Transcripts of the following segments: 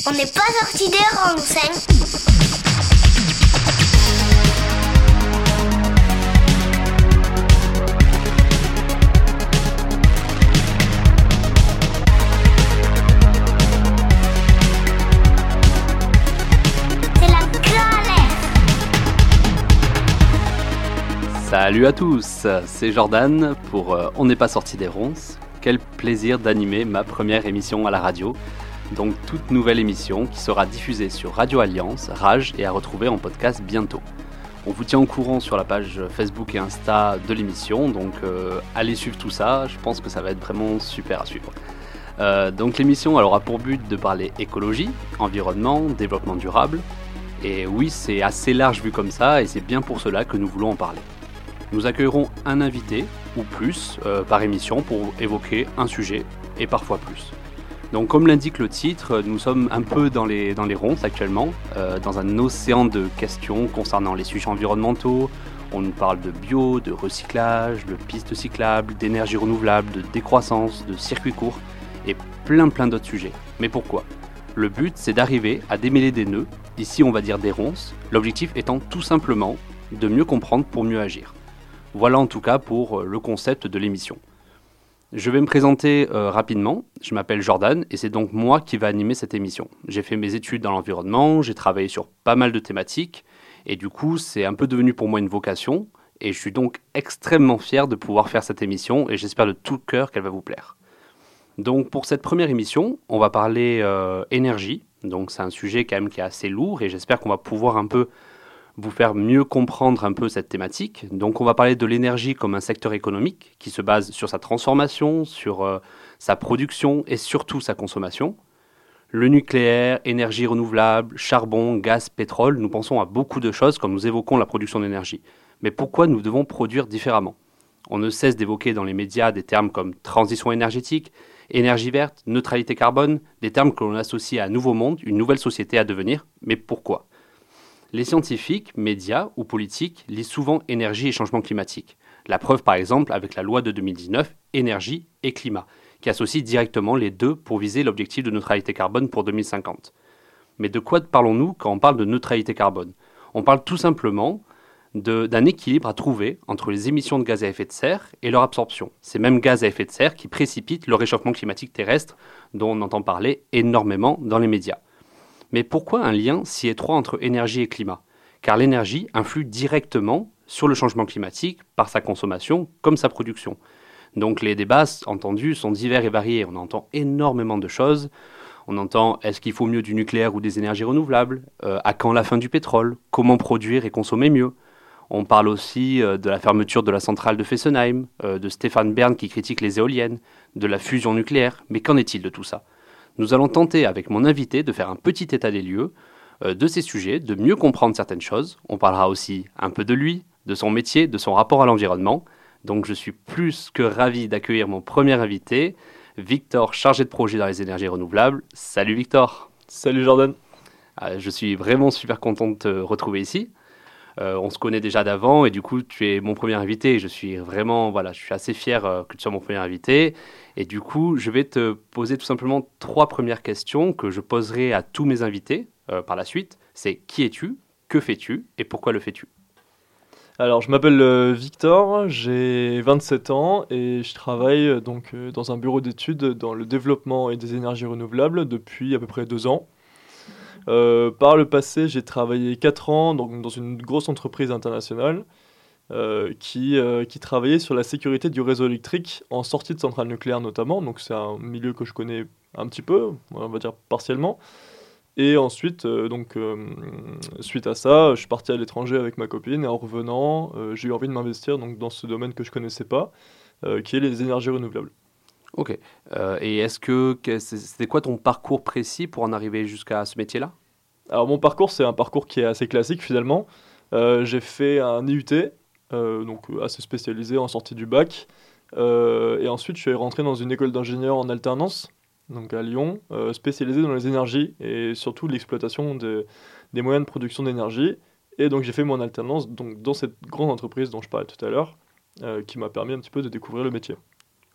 On n'est pas sorti des ronces. C'est la galère. Salut à tous, c'est Jordan pour On n'est pas sorti des ronces. Quel plaisir d'animer ma première émission à la radio. Donc toute nouvelle émission qui sera diffusée sur Radio Alliance, Rage et à retrouver en podcast bientôt. On vous tient au courant sur la page Facebook et Insta de l'émission, donc allez suivre tout ça, je pense que ça va être vraiment super à suivre. Donc l'émission elle aura pour but de parler écologie, environnement, développement durable. Et oui, c'est assez large vu comme ça et c'est bien pour cela que nous voulons en parler. Nous accueillerons un invité ou plus par émission pour évoquer un sujet et parfois plus. Donc comme l'indique le titre, nous sommes un peu dans les ronces actuellement, dans un océan de questions concernant les sujets environnementaux. On nous parle de bio, de recyclage, de pistes cyclables, d'énergie renouvelable, de décroissance, de circuits courts et plein d'autres sujets. Mais pourquoi ? Le but c'est d'arriver à démêler des nœuds, ici on va dire des ronces, l'objectif étant tout simplement de mieux comprendre pour mieux agir. Voilà en tout cas pour le concept de l'émission. Je vais me présenter rapidement, je m'appelle Jordan et c'est donc moi qui vais animer cette émission. J'ai fait mes études dans l'environnement, j'ai travaillé sur pas mal de thématiques et du coup c'est un peu devenu pour moi une vocation et je suis donc extrêmement fier de pouvoir faire cette émission et j'espère de tout cœur qu'elle va vous plaire. Donc pour cette première émission, on va parler énergie, donc c'est un sujet quand même qui est assez lourd et j'espère qu'on va pouvoir un peu vous faire mieux comprendre un peu cette thématique. Donc on va parler de l'énergie comme un secteur économique qui se base sur sa transformation, sur sa production et surtout sa consommation. Le nucléaire, énergie renouvelable, charbon, gaz, pétrole, nous pensons à beaucoup de choses quand nous évoquons la production d'énergie. Mais pourquoi nous devons produire différemment ? On ne cesse d'évoquer dans les médias des termes comme transition énergétique, énergie verte, neutralité carbone, des termes que l'on associe à un nouveau monde, une nouvelle société à devenir. Mais pourquoi ? Les scientifiques, médias ou politiques lisent souvent énergie et changement climatique. La preuve par exemple avec la loi de 2019, énergie et climat, qui associe directement les deux pour viser l'objectif de neutralité carbone pour 2050. Mais de quoi parlons-nous quand on parle de neutralité carbone ? On parle tout simplement d'un équilibre à trouver entre les émissions de gaz à effet de serre et leur absorption. Ces mêmes gaz à effet de serre qui précipitent le réchauffement climatique terrestre dont on entend parler énormément dans les médias. Mais pourquoi un lien si étroit entre énergie et climat ? Car l'énergie influe directement sur le changement climatique par sa consommation comme sa production. Donc les débats entendus sont divers et variés. On entend énormément de choses. On entend est-ce qu'il faut mieux du nucléaire ou des énergies renouvelables ? À quand la fin du pétrole ? Comment produire et consommer mieux ? On parle aussi de la fermeture de la centrale de Fessenheim, de Stéphane Bern qui critique les éoliennes, de la fusion nucléaire. Mais qu'en est-il de tout ça ? Nous allons tenter avec mon invité de faire un petit état des lieux de ces sujets, de mieux comprendre certaines choses. On parlera aussi un peu de lui, de son métier, de son rapport à l'environnement. Donc je suis plus que ravi d'accueillir mon premier invité, Victor, chargé de projet dans les énergies renouvelables. Salut Victor. Salut Jordan. Je suis vraiment super content de te retrouver ici. On se connaît déjà d'avant et du coup tu es mon premier invité. Je suis assez fier que tu sois mon premier invité. Et du coup, je vais te poser tout simplement 3 premières questions que je poserai à tous mes invités par la suite. C'est qui es-tu, que fais-tu et pourquoi le fais-tu ? Alors, je m'appelle Victor, j'ai 27 ans et je travaille dans un bureau d'études dans le développement et des énergies renouvelables depuis à peu près 2 ans. Par le passé, j'ai travaillé 4 ans dans une grosse entreprise internationale qui travaillait sur la sécurité du réseau électrique en sortie de centrales nucléaires notamment. Donc c'est un milieu que je connais un petit peu, on va dire partiellement. Et ensuite, suite à ça, je suis parti à l'étranger avec ma copine et en revenant, j'ai eu envie de m'investir dans ce domaine que je connaissais pas, qui est les énergies renouvelables. Ok. Et c'était quoi ton parcours précis pour en arriver jusqu'à ce métier-là ? Alors mon parcours, c'est un parcours qui est assez classique finalement. J'ai fait un IUT, assez spécialisé en sortie du bac. Et ensuite, je suis rentré dans une école d'ingénieur en alternance, donc à Lyon, spécialisée dans les énergies et surtout l'exploitation des moyens de production d'énergie. Et donc j'ai fait mon alternance dans cette grande entreprise dont je parlais tout à l'heure, qui m'a permis un petit peu de découvrir le métier.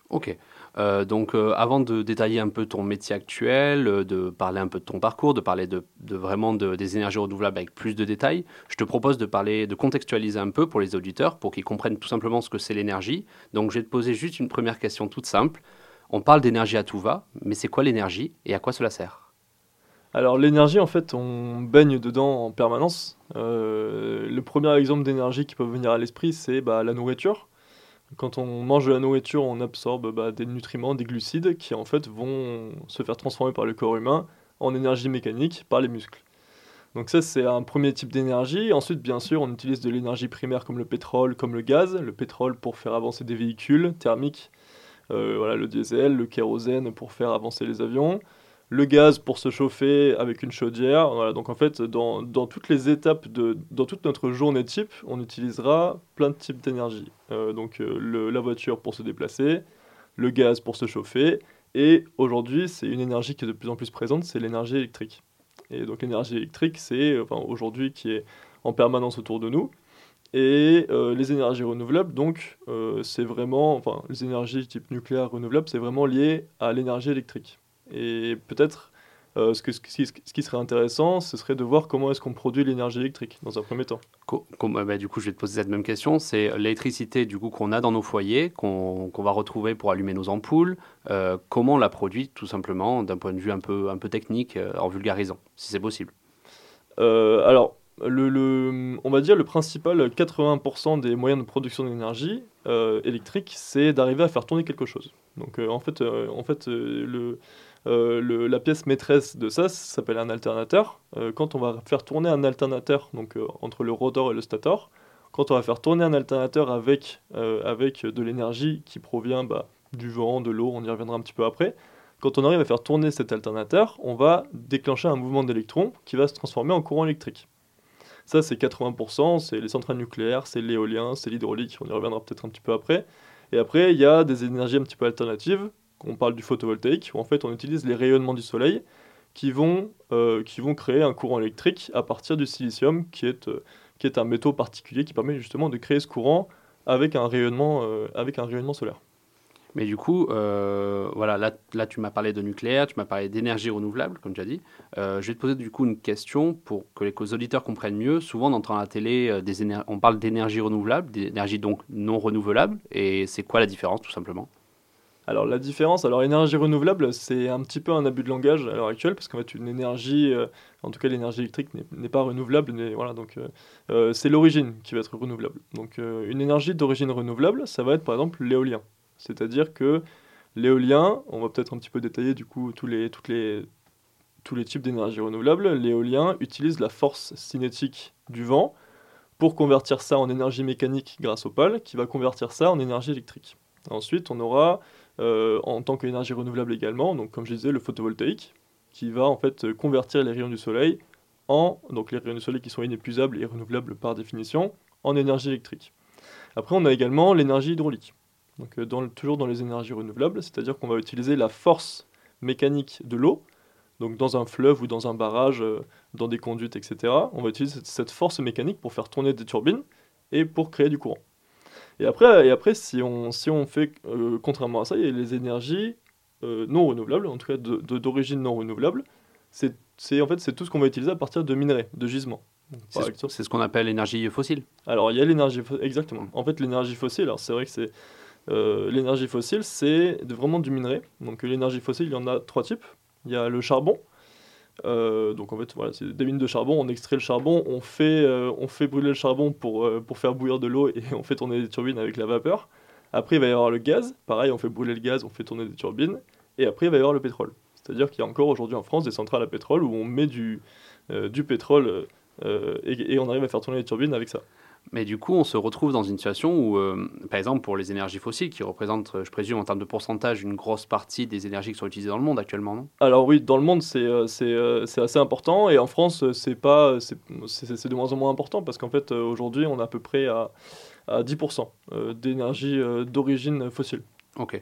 Ok. Donc, avant de détailler un peu ton métier actuel, de parler un peu de ton parcours, de parler des énergies renouvelables avec plus de détails, je te propose de contextualiser un peu pour les auditeurs, pour qu'ils comprennent tout simplement ce que c'est l'énergie. Donc, je vais te poser juste une première question toute simple. On parle d'énergie à tout va, mais c'est quoi l'énergie et à quoi cela sert? Alors l'énergie, en fait, on baigne dedans en permanence. Le premier exemple d'énergie qui peut venir à l'esprit, c'est la nourriture. Quand on mange de la nourriture, on absorbe des nutriments, des glucides qui en fait vont se faire transformer par le corps humain en énergie mécanique par les muscles. Donc ça, c'est un premier type d'énergie. Ensuite, bien sûr, on utilise de l'énergie primaire comme le pétrole, comme le gaz. Le pétrole pour faire avancer des véhicules thermiques, voilà, le diesel, le kérosène pour faire avancer les avions, le gaz pour se chauffer avec une chaudière. Voilà, donc en fait, dans toutes les étapes, dans toute notre journée type, on utilisera plein de types d'énergie. La voiture pour se déplacer, le gaz pour se chauffer, et aujourd'hui, c'est une énergie qui est de plus en plus présente, c'est l'énergie électrique. Et donc l'énergie électrique, c'est aujourd'hui qui est en permanence autour de nous. Et les énergies renouvelables, donc, c'est vraiment, enfin, les énergies type nucléaire renouvelable, c'est vraiment lié à l'énergie électrique. Et peut-être, ce qui serait intéressant, ce serait de voir comment est-ce qu'on produit l'énergie électrique, dans un premier temps. Du coup, je vais te poser cette même question. C'est l'électricité du coup qu'on a dans nos foyers, qu'on va retrouver pour allumer nos ampoules. Comment on la produit, tout simplement, d'un point de vue un peu technique, en vulgarisant, si c'est possible. Alors, on va dire le principal 80% des moyens de production d'énergie électrique, c'est d'arriver à faire tourner quelque chose. Donc la pièce maîtresse de ça s'appelle un alternateur. Quand on va faire tourner un alternateur, donc entre le rotor et le stator, quand on va faire tourner un alternateur avec de l'énergie qui provient du vent, de l'eau, on y reviendra un petit peu après. Quand on arrive à faire tourner cet alternateur, on va déclencher un mouvement d'électrons qui va se transformer en courant électrique. Ça, c'est 80%, c'est les centrales nucléaires, c'est l'éolien, c'est l'hydraulique, on y reviendra peut-être un petit peu après. Et après, il y a des énergies un petit peu alternatives, on parle du photovoltaïque, où en fait on utilise les rayonnements du soleil qui vont créer un courant électrique à partir du silicium, qui est un métaux particulier qui permet justement de créer ce courant avec un rayonnement solaire. Mais du coup, voilà, là, tu m'as parlé de nucléaire, tu m'as parlé d'énergie renouvelable, comme tu as dit. Je vais te poser du coup une question pour que les auditeurs comprennent mieux. Souvent, on entend à la télé, on parle d'énergie renouvelable, d'énergie donc non renouvelable. Et c'est quoi la différence, tout simplement? Alors la différence, alors énergie renouvelable, c'est un petit peu un abus de langage à l'heure actuelle, parce qu'en fait une énergie, en tout cas l'énergie électrique n'est pas renouvelable, voilà, c'est l'origine qui va être renouvelable. Donc une énergie d'origine renouvelable, ça va être par exemple l'éolien. C'est-à-dire que l'éolien, on va peut-être un petit peu détailler du coup tous les types d'énergie renouvelable. L'éolien utilise la force cinétique du vent pour convertir ça en énergie mécanique grâce aux pales, qui va convertir ça en énergie électrique. Ensuite, on aura, en tant qu'énergie renouvelable également, donc comme je disais, le photovoltaïque, qui va en fait convertir les rayons du soleil donc les rayons du soleil qui sont inépuisables et renouvelables par définition, en énergie électrique. Après, on a également l'énergie hydraulique. Donc toujours dans les énergies renouvelables, c'est-à-dire qu'on va utiliser la force mécanique de l'eau, donc dans un fleuve ou dans un barrage, dans des conduites, etc. On va utiliser cette force mécanique pour faire tourner des turbines et pour créer du courant. Et après si on fait, contrairement à ça, il y a les énergies non renouvelables, en tout cas d'origine non renouvelable. En fait, c'est tout ce qu'on va utiliser à partir de minerais, de gisements. C'est ce qu'on appelle l'énergie fossile. Alors, il y a l'énergie fossile, exactement. En fait, l'énergie fossile, alors c'est vrai que c'est l'énergie fossile, c'est vraiment du minerai. Donc l'énergie fossile, il y en a trois types. Il y a le charbon. Donc en fait, voilà, c'est des mines de charbon, on extrait le charbon, on fait brûler le charbon pour faire bouillir de l'eau et on fait tourner des turbines avec la vapeur. Après, il va y avoir le gaz. Pareil, on fait brûler le gaz, on fait tourner des turbines. Et après, il va y avoir le pétrole. C'est-à-dire qu'il y a encore aujourd'hui en France des centrales à pétrole où on met du pétrole et on arrive à faire tourner les turbines avec ça. Mais du coup, on se retrouve dans une situation où, par exemple, pour les énergies fossiles, qui représentent, je présume, en termes de pourcentage, une grosse partie des énergies qui sont utilisées dans le monde actuellement, non? Alors oui, dans le monde, c'est assez important, et en France, c'est de moins en moins important, parce qu'en fait, aujourd'hui, on est à peu près à 10% d'énergie d'origine fossile. Ok.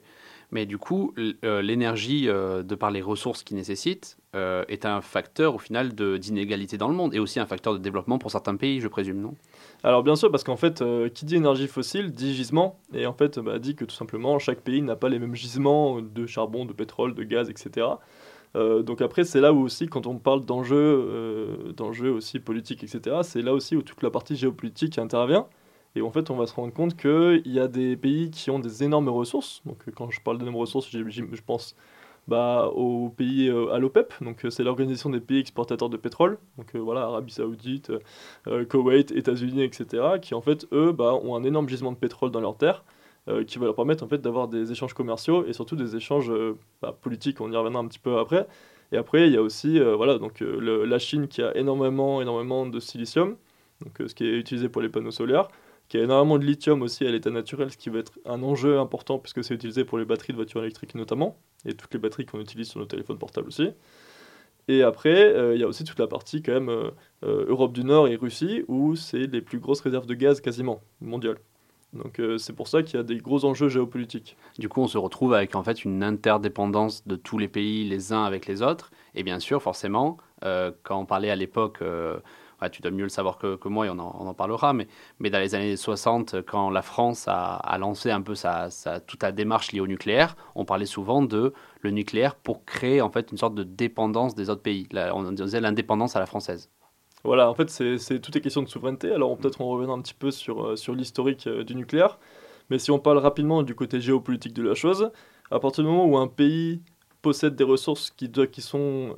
Mais du coup, l'énergie, de par les ressources qu'il nécessite, est un facteur au final d'inégalité dans le monde et aussi un facteur de développement pour certains pays, je présume, non? Alors bien sûr, parce qu'en fait, qui dit énergie fossile dit gisement, et en fait dit que tout simplement chaque pays n'a pas les mêmes gisements de charbon, de pétrole, de gaz, etc. Donc après, c'est là où aussi, quand on parle d'enjeux aussi politiques, etc., c'est là aussi où toute la partie géopolitique intervient. Et en fait, on va se rendre compte qu'il y a des pays qui ont des énormes ressources. Donc quand je parle d'énormes ressources, je pense aux pays à l'OPEP, donc c'est l'organisation des pays exportateurs de pétrole, donc voilà, Arabie Saoudite, Koweït, États-Unis, etc., qui en fait, eux, ont un énorme gisement de pétrole dans leurs terres, qui va leur permettre en fait d'avoir des échanges commerciaux et surtout des échanges politiques, on y reviendra un petit peu après. Et après, il y a aussi la Chine qui a énormément de silicium, donc ce qui est utilisé pour les panneaux solaires, qui a énormément de lithium aussi à l'état naturel, ce qui va être un enjeu important puisque c'est utilisé pour les batteries de voitures électriques notamment, et toutes les batteries qu'on utilise sur nos téléphones portables aussi. Et après, il y a aussi toute la partie quand même Europe du Nord et Russie, où c'est les plus grosses réserves de gaz quasiment mondiales. Donc c'est pour ça qu'il y a des gros enjeux géopolitiques. Du coup, on se retrouve avec en fait une interdépendance de tous les pays les uns avec les autres. Et bien sûr, forcément, quand on parlait à l'époque, tu dois mieux le savoir que moi et on en parlera, mais dans les années 60, quand la France a lancé un peu toute la démarche liée au nucléaire, on parlait souvent de le nucléaire pour créer en fait une sorte de dépendance des autres pays. Là, on disait l'indépendance à la française. Voilà, en fait, tout est question de souveraineté. Alors, peut-être on reviendra un petit peu sur l'historique du nucléaire. Mais si on parle rapidement du côté géopolitique de la chose, à partir du moment où un pays possède des ressources qui sont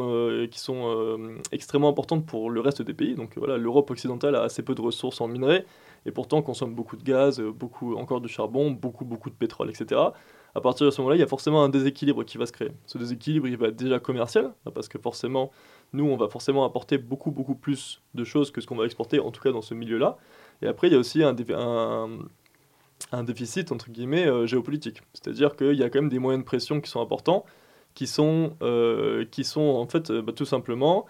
extrêmement importantes pour le reste des pays, donc voilà, l'Europe occidentale a assez peu de ressources en minerais, et pourtant consomme beaucoup de gaz, beaucoup encore de charbon, beaucoup de pétrole, etc. À partir de ce moment-là, il y a forcément un déséquilibre qui va se créer. Ce déséquilibre, il va être déjà commercial, parce que forcément, nous, on va forcément apporter beaucoup plus de choses que ce qu'on va exporter, en tout cas dans ce milieu-là. Et après, il y a aussi un déficit, entre guillemets, géopolitique. C'est-à-dire qu'il y a quand même des moyens de pression qui sont importants, qui sont en fait tout simplement,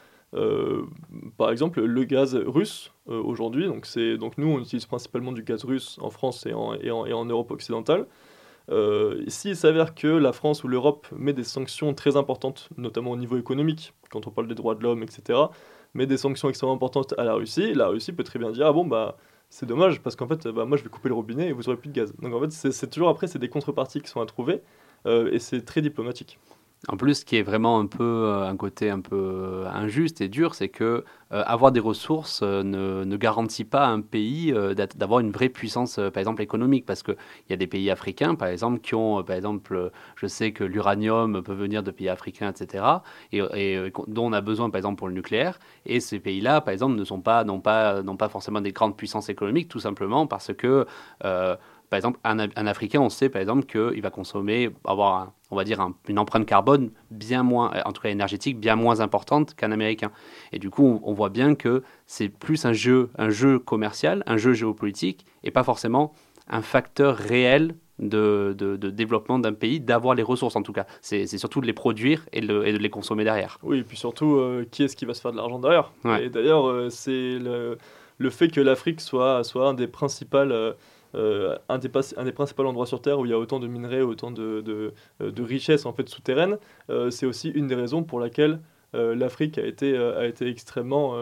par exemple, le gaz russe aujourd'hui. Donc nous, on utilise principalement du gaz russe en France et en Europe occidentale. S'il s'avère que la France ou l'Europe met des sanctions très importantes, notamment au niveau économique, quand on parle des droits de l'homme, etc., met des sanctions extrêmement importantes à la Russie peut très bien dire, ah bon, c'est dommage, parce qu'en fait, moi je vais couper le robinet et vous aurez plus de gaz. Donc en fait, c'est toujours après, c'est des contreparties qui sont à trouver, et c'est très diplomatique. En plus, ce qui est vraiment un côté un peu injuste et dur, c'est que avoir des ressources ne garantit pas à un pays d'avoir une vraie puissance, par exemple économique, parce qu'il y a des pays africains, par exemple, qui ont, par exemple, je sais que l'uranium peut venir de pays africains, etc., dont on a besoin, par exemple, pour le nucléaire, et ces pays-là, par exemple, n'ont pas forcément des grandes puissances économiques, tout simplement parce que par exemple, un Africain, on sait par exemple qu'il va avoir une empreinte carbone bien moins, en tout cas énergétique, bien moins importante qu'un Américain. Et du coup, on voit bien que c'est plus un jeu commercial, un jeu géopolitique, et pas forcément un facteur réel de développement d'un pays, d'avoir les ressources en tout cas. C'est surtout de les produire et de les consommer derrière. Oui, et puis surtout, qui est-ce qui va se faire de l'argent derrière? Ouais. Et d'ailleurs, c'est le fait que l'Afrique soit un des principaux... un des principaux endroits sur Terre où il y a autant de minerais, autant de richesses en fait souterraines, c'est aussi une des raisons pour laquelle l'Afrique a été extrêmement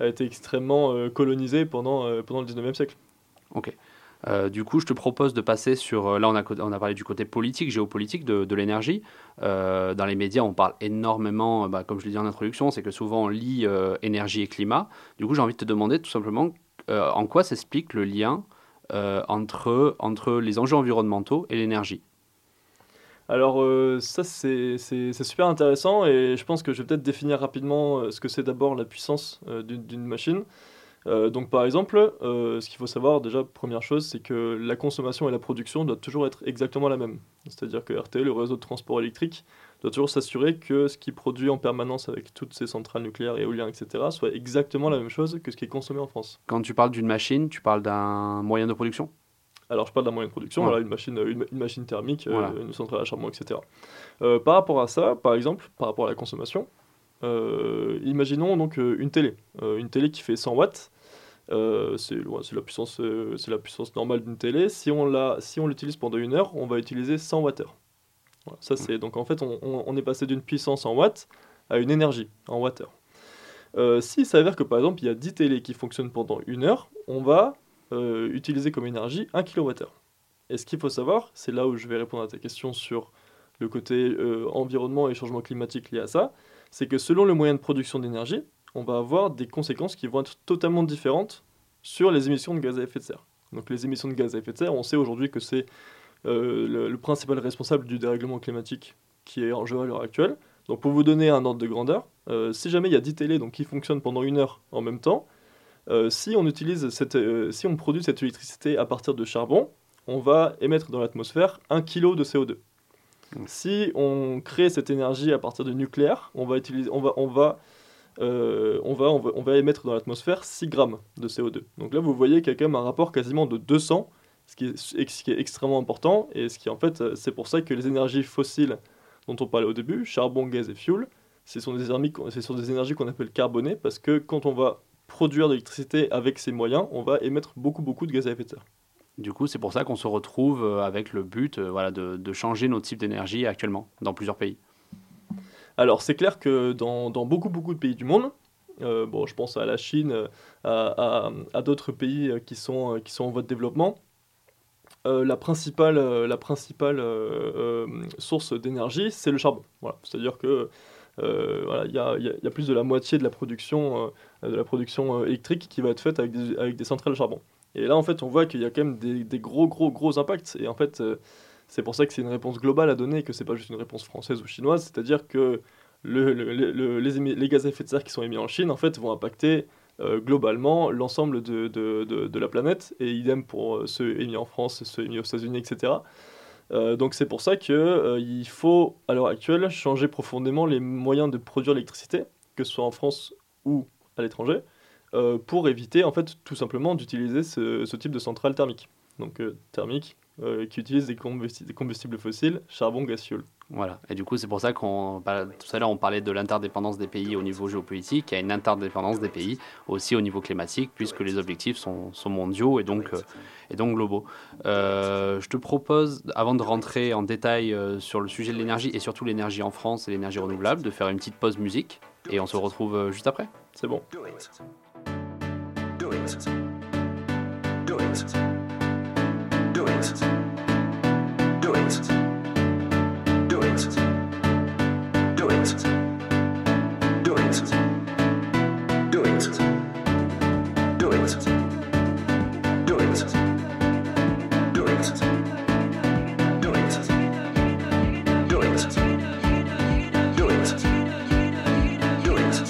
colonisée pendant le 19e siècle. Ok. Du coup, je te propose de passer sur... Là, on a parlé du côté politique, géopolitique de l'énergie. Dans les médias, on parle énormément, comme je l'ai dit en introduction, c'est que souvent on lie énergie et climat. Du coup, j'ai envie de te demander tout simplement en quoi s'explique le lien entre les enjeux environnementaux et l'énergie. Alors ça c'est super intéressant, et je pense que je vais peut-être définir rapidement ce que c'est d'abord la puissance d'une machine. Donc par exemple, ce qu'il faut savoir déjà, première chose, c'est que la consommation et la production doivent toujours être exactement la même. C'est-à-dire que RTE, le réseau de transport électrique, doit toujours s'assurer que ce qui produit en permanence avec toutes ces centrales nucléaires, éoliennes, etc., soit exactement la même chose que ce qui est consommé en France. Quand tu parles d'une machine, tu parles d'un moyen de production ? Alors je parle d'un moyen de production, Ouais. voilà, une machine thermique, Voilà. une centrale à charbon, etc. Par rapport à ça, par exemple, par rapport à la consommation, imaginons donc une télé qui fait 100 watts. C'est la puissance normale d'une télé. Si on l'utilise pendant 1 heure, on va utiliser 100 Wh. Voilà, ça c'est donc en fait on est passé d'une puissance en watts à une énergie en wattheure. S'il s'avère que par exemple il y a 10 télés qui fonctionnent pendant 1 heure, on va utiliser comme énergie 1 kWh. Et ce qu'il faut savoir, c'est là où je vais répondre à ta question sur le côté environnement et changement climatique lié à ça, c'est que selon le moyen de production d'énergie, on va avoir des conséquences qui vont être totalement différentes sur les émissions de gaz à effet de serre. Donc les émissions de gaz à effet de serre, on sait aujourd'hui que c'est le principal responsable du dérèglement climatique qui est en jeu à l'heure actuelle. Donc pour vous donner un ordre de grandeur, si jamais il y a 10 télés donc, qui fonctionnent pendant 1 heure en même temps, si on produit cette électricité à partir de charbon, on va émettre dans l'atmosphère 1 kg de CO2. Si on crée cette énergie à partir de nucléaire, on va émettre dans l'atmosphère 6 grammes de CO2. Donc là, vous voyez qu'il y a quand même un rapport quasiment de 200, ce qui est extrêmement important, et c'est pour ça que les énergies fossiles dont on parlait au début, charbon, gaz et fioul, ce sont des énergies qu'on appelle carbonées, parce que quand on va produire de l'électricité avec ces moyens, on va émettre beaucoup de gaz à effet de serre. Du coup, c'est pour ça qu'on se retrouve avec le but de changer nos types d'énergie actuellement dans plusieurs pays. Alors, c'est clair que dans beaucoup de pays du monde, je pense à la Chine, à d'autres pays qui sont en voie de développement, la principale source d'énergie, c'est le charbon. Voilà. C'est-à-dire que il y a plus de la moitié de la production électrique qui va être faite avec des centrales à charbon. Et là, en fait, on voit qu'il y a quand même des gros impacts. Et en fait, c'est pour ça que c'est une réponse globale à donner et que c'est pas juste une réponse française ou chinoise. C'est-à-dire que les gaz à effet de serre qui sont émis en Chine, en fait, vont impacter globalement l'ensemble de la planète. Et idem pour ceux émis en France, ceux émis aux États-Unis, etc. Donc c'est pour ça qu'il faut, à l'heure actuelle, changer profondément les moyens de produire l'électricité, que ce soit en France ou à l'étranger, pour éviter en fait tout simplement d'utiliser ce type de centrale thermique. Donc thermique qui utilise des combustibles fossiles, charbon, gaz, fioul. Voilà, et du coup c'est pour ça tout à l'heure on parlait de l'interdépendance des pays au niveau géopolitique, il y a une interdépendance des pays aussi au niveau climatique, puisque les objectifs sont mondiaux et donc globaux. Je te propose, avant de rentrer en détail sur le sujet de l'énergie et surtout l'énergie en France et l'énergie renouvelable, de faire une petite pause musique et on se retrouve juste après. C'est bon. Do it. Do it. Do it. Do it. Do it. Do it. Do it. Do it. Do it. Do it. Do it. Do it. Do it. Do it. Do it. Do it.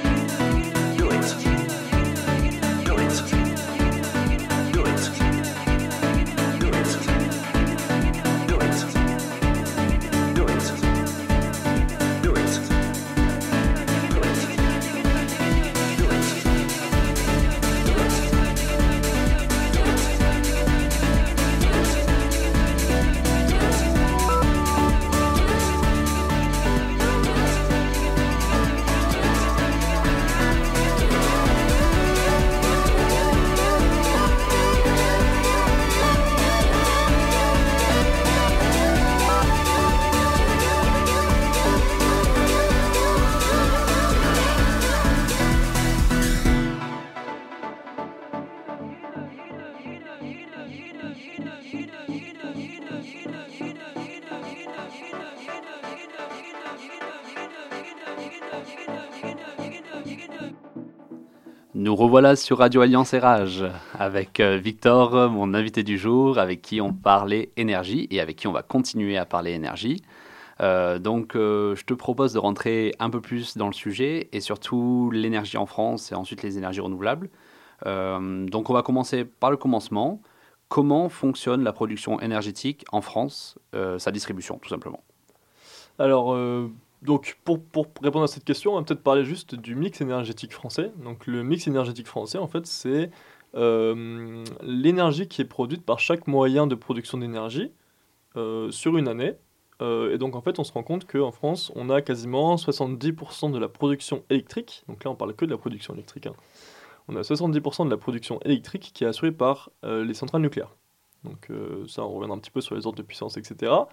Nous revoilà sur Radio Alliance et Rage avec Victor, mon invité du jour, avec qui on parlait énergie et avec qui on va continuer à parler énergie. Donc je te propose de rentrer un peu plus dans le sujet et surtout l'énergie en France et ensuite les énergies renouvelables. Donc on va commencer par le commencement. Comment fonctionne la production énergétique en France, sa distribution tout simplement? Alors, donc pour répondre à cette question, on va peut-être parler juste du mix énergétique français. Donc le mix énergétique français, en fait, c'est l'énergie qui est produite par chaque moyen de production d'énergie sur une année. Et donc en fait, on se rend compte qu'en France, on a quasiment 70% de la production électrique. Donc là, on parle que de la production électrique. On a 70% de la production électrique qui est assurée par les centrales nucléaires. Donc ça, on revient un petit peu sur les ordres de puissance, etc.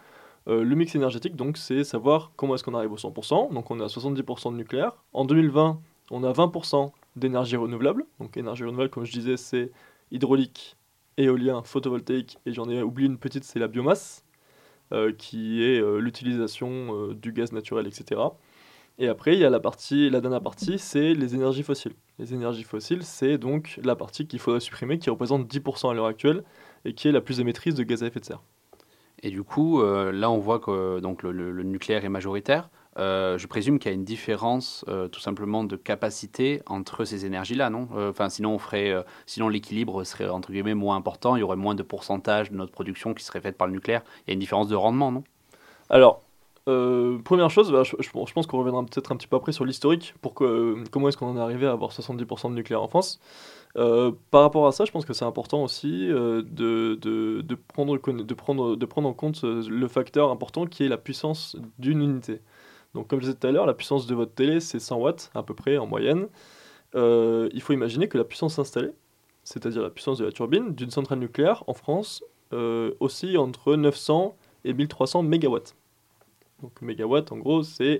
Le mix énergétique, donc, c'est savoir comment est-ce qu'on arrive au 100%. Donc on est à 70% de nucléaire. En 2020, on a 20% d'énergie renouvelable. Donc énergie renouvelable, comme je disais, c'est hydraulique, éolien, photovoltaïque, et j'en ai oublié une petite, c'est la biomasse, qui est l'utilisation du gaz naturel, etc. Et après, il y a la dernière partie, c'est les énergies fossiles. Les énergies fossiles, c'est donc la partie qu'il faudrait supprimer, qui représente 10% à l'heure actuelle, et qui est la plus émettrice de gaz à effet de serre. Et du coup, là, on voit que donc, le nucléaire est majoritaire. Je présume qu'il y a une différence tout simplement de capacité entre ces énergies-là, non? Enfin, sinon l'équilibre serait entre guillemets moins important, il y aurait moins de pourcentage de notre production qui serait faite par le nucléaire. Il y a une différence de rendement, non? Alors, première chose, je pense qu'on reviendra peut-être un petit peu après sur l'historique, comment est-ce qu'on en est arrivé à avoir 70% de nucléaire en France. Par rapport à ça, je pense que c'est important aussi de prendre en compte le facteur important qui est la puissance d'une unité. Donc comme je disais tout à l'heure, la puissance de votre télé, c'est 100 watts à peu près en moyenne. Il faut imaginer que la puissance installée, c'est-à-dire la puissance de la turbine d'une centrale nucléaire en France, oscille entre 900 et 1300 mégawatts. Donc mégawatt, en gros, c'est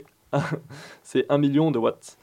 1 million de watts.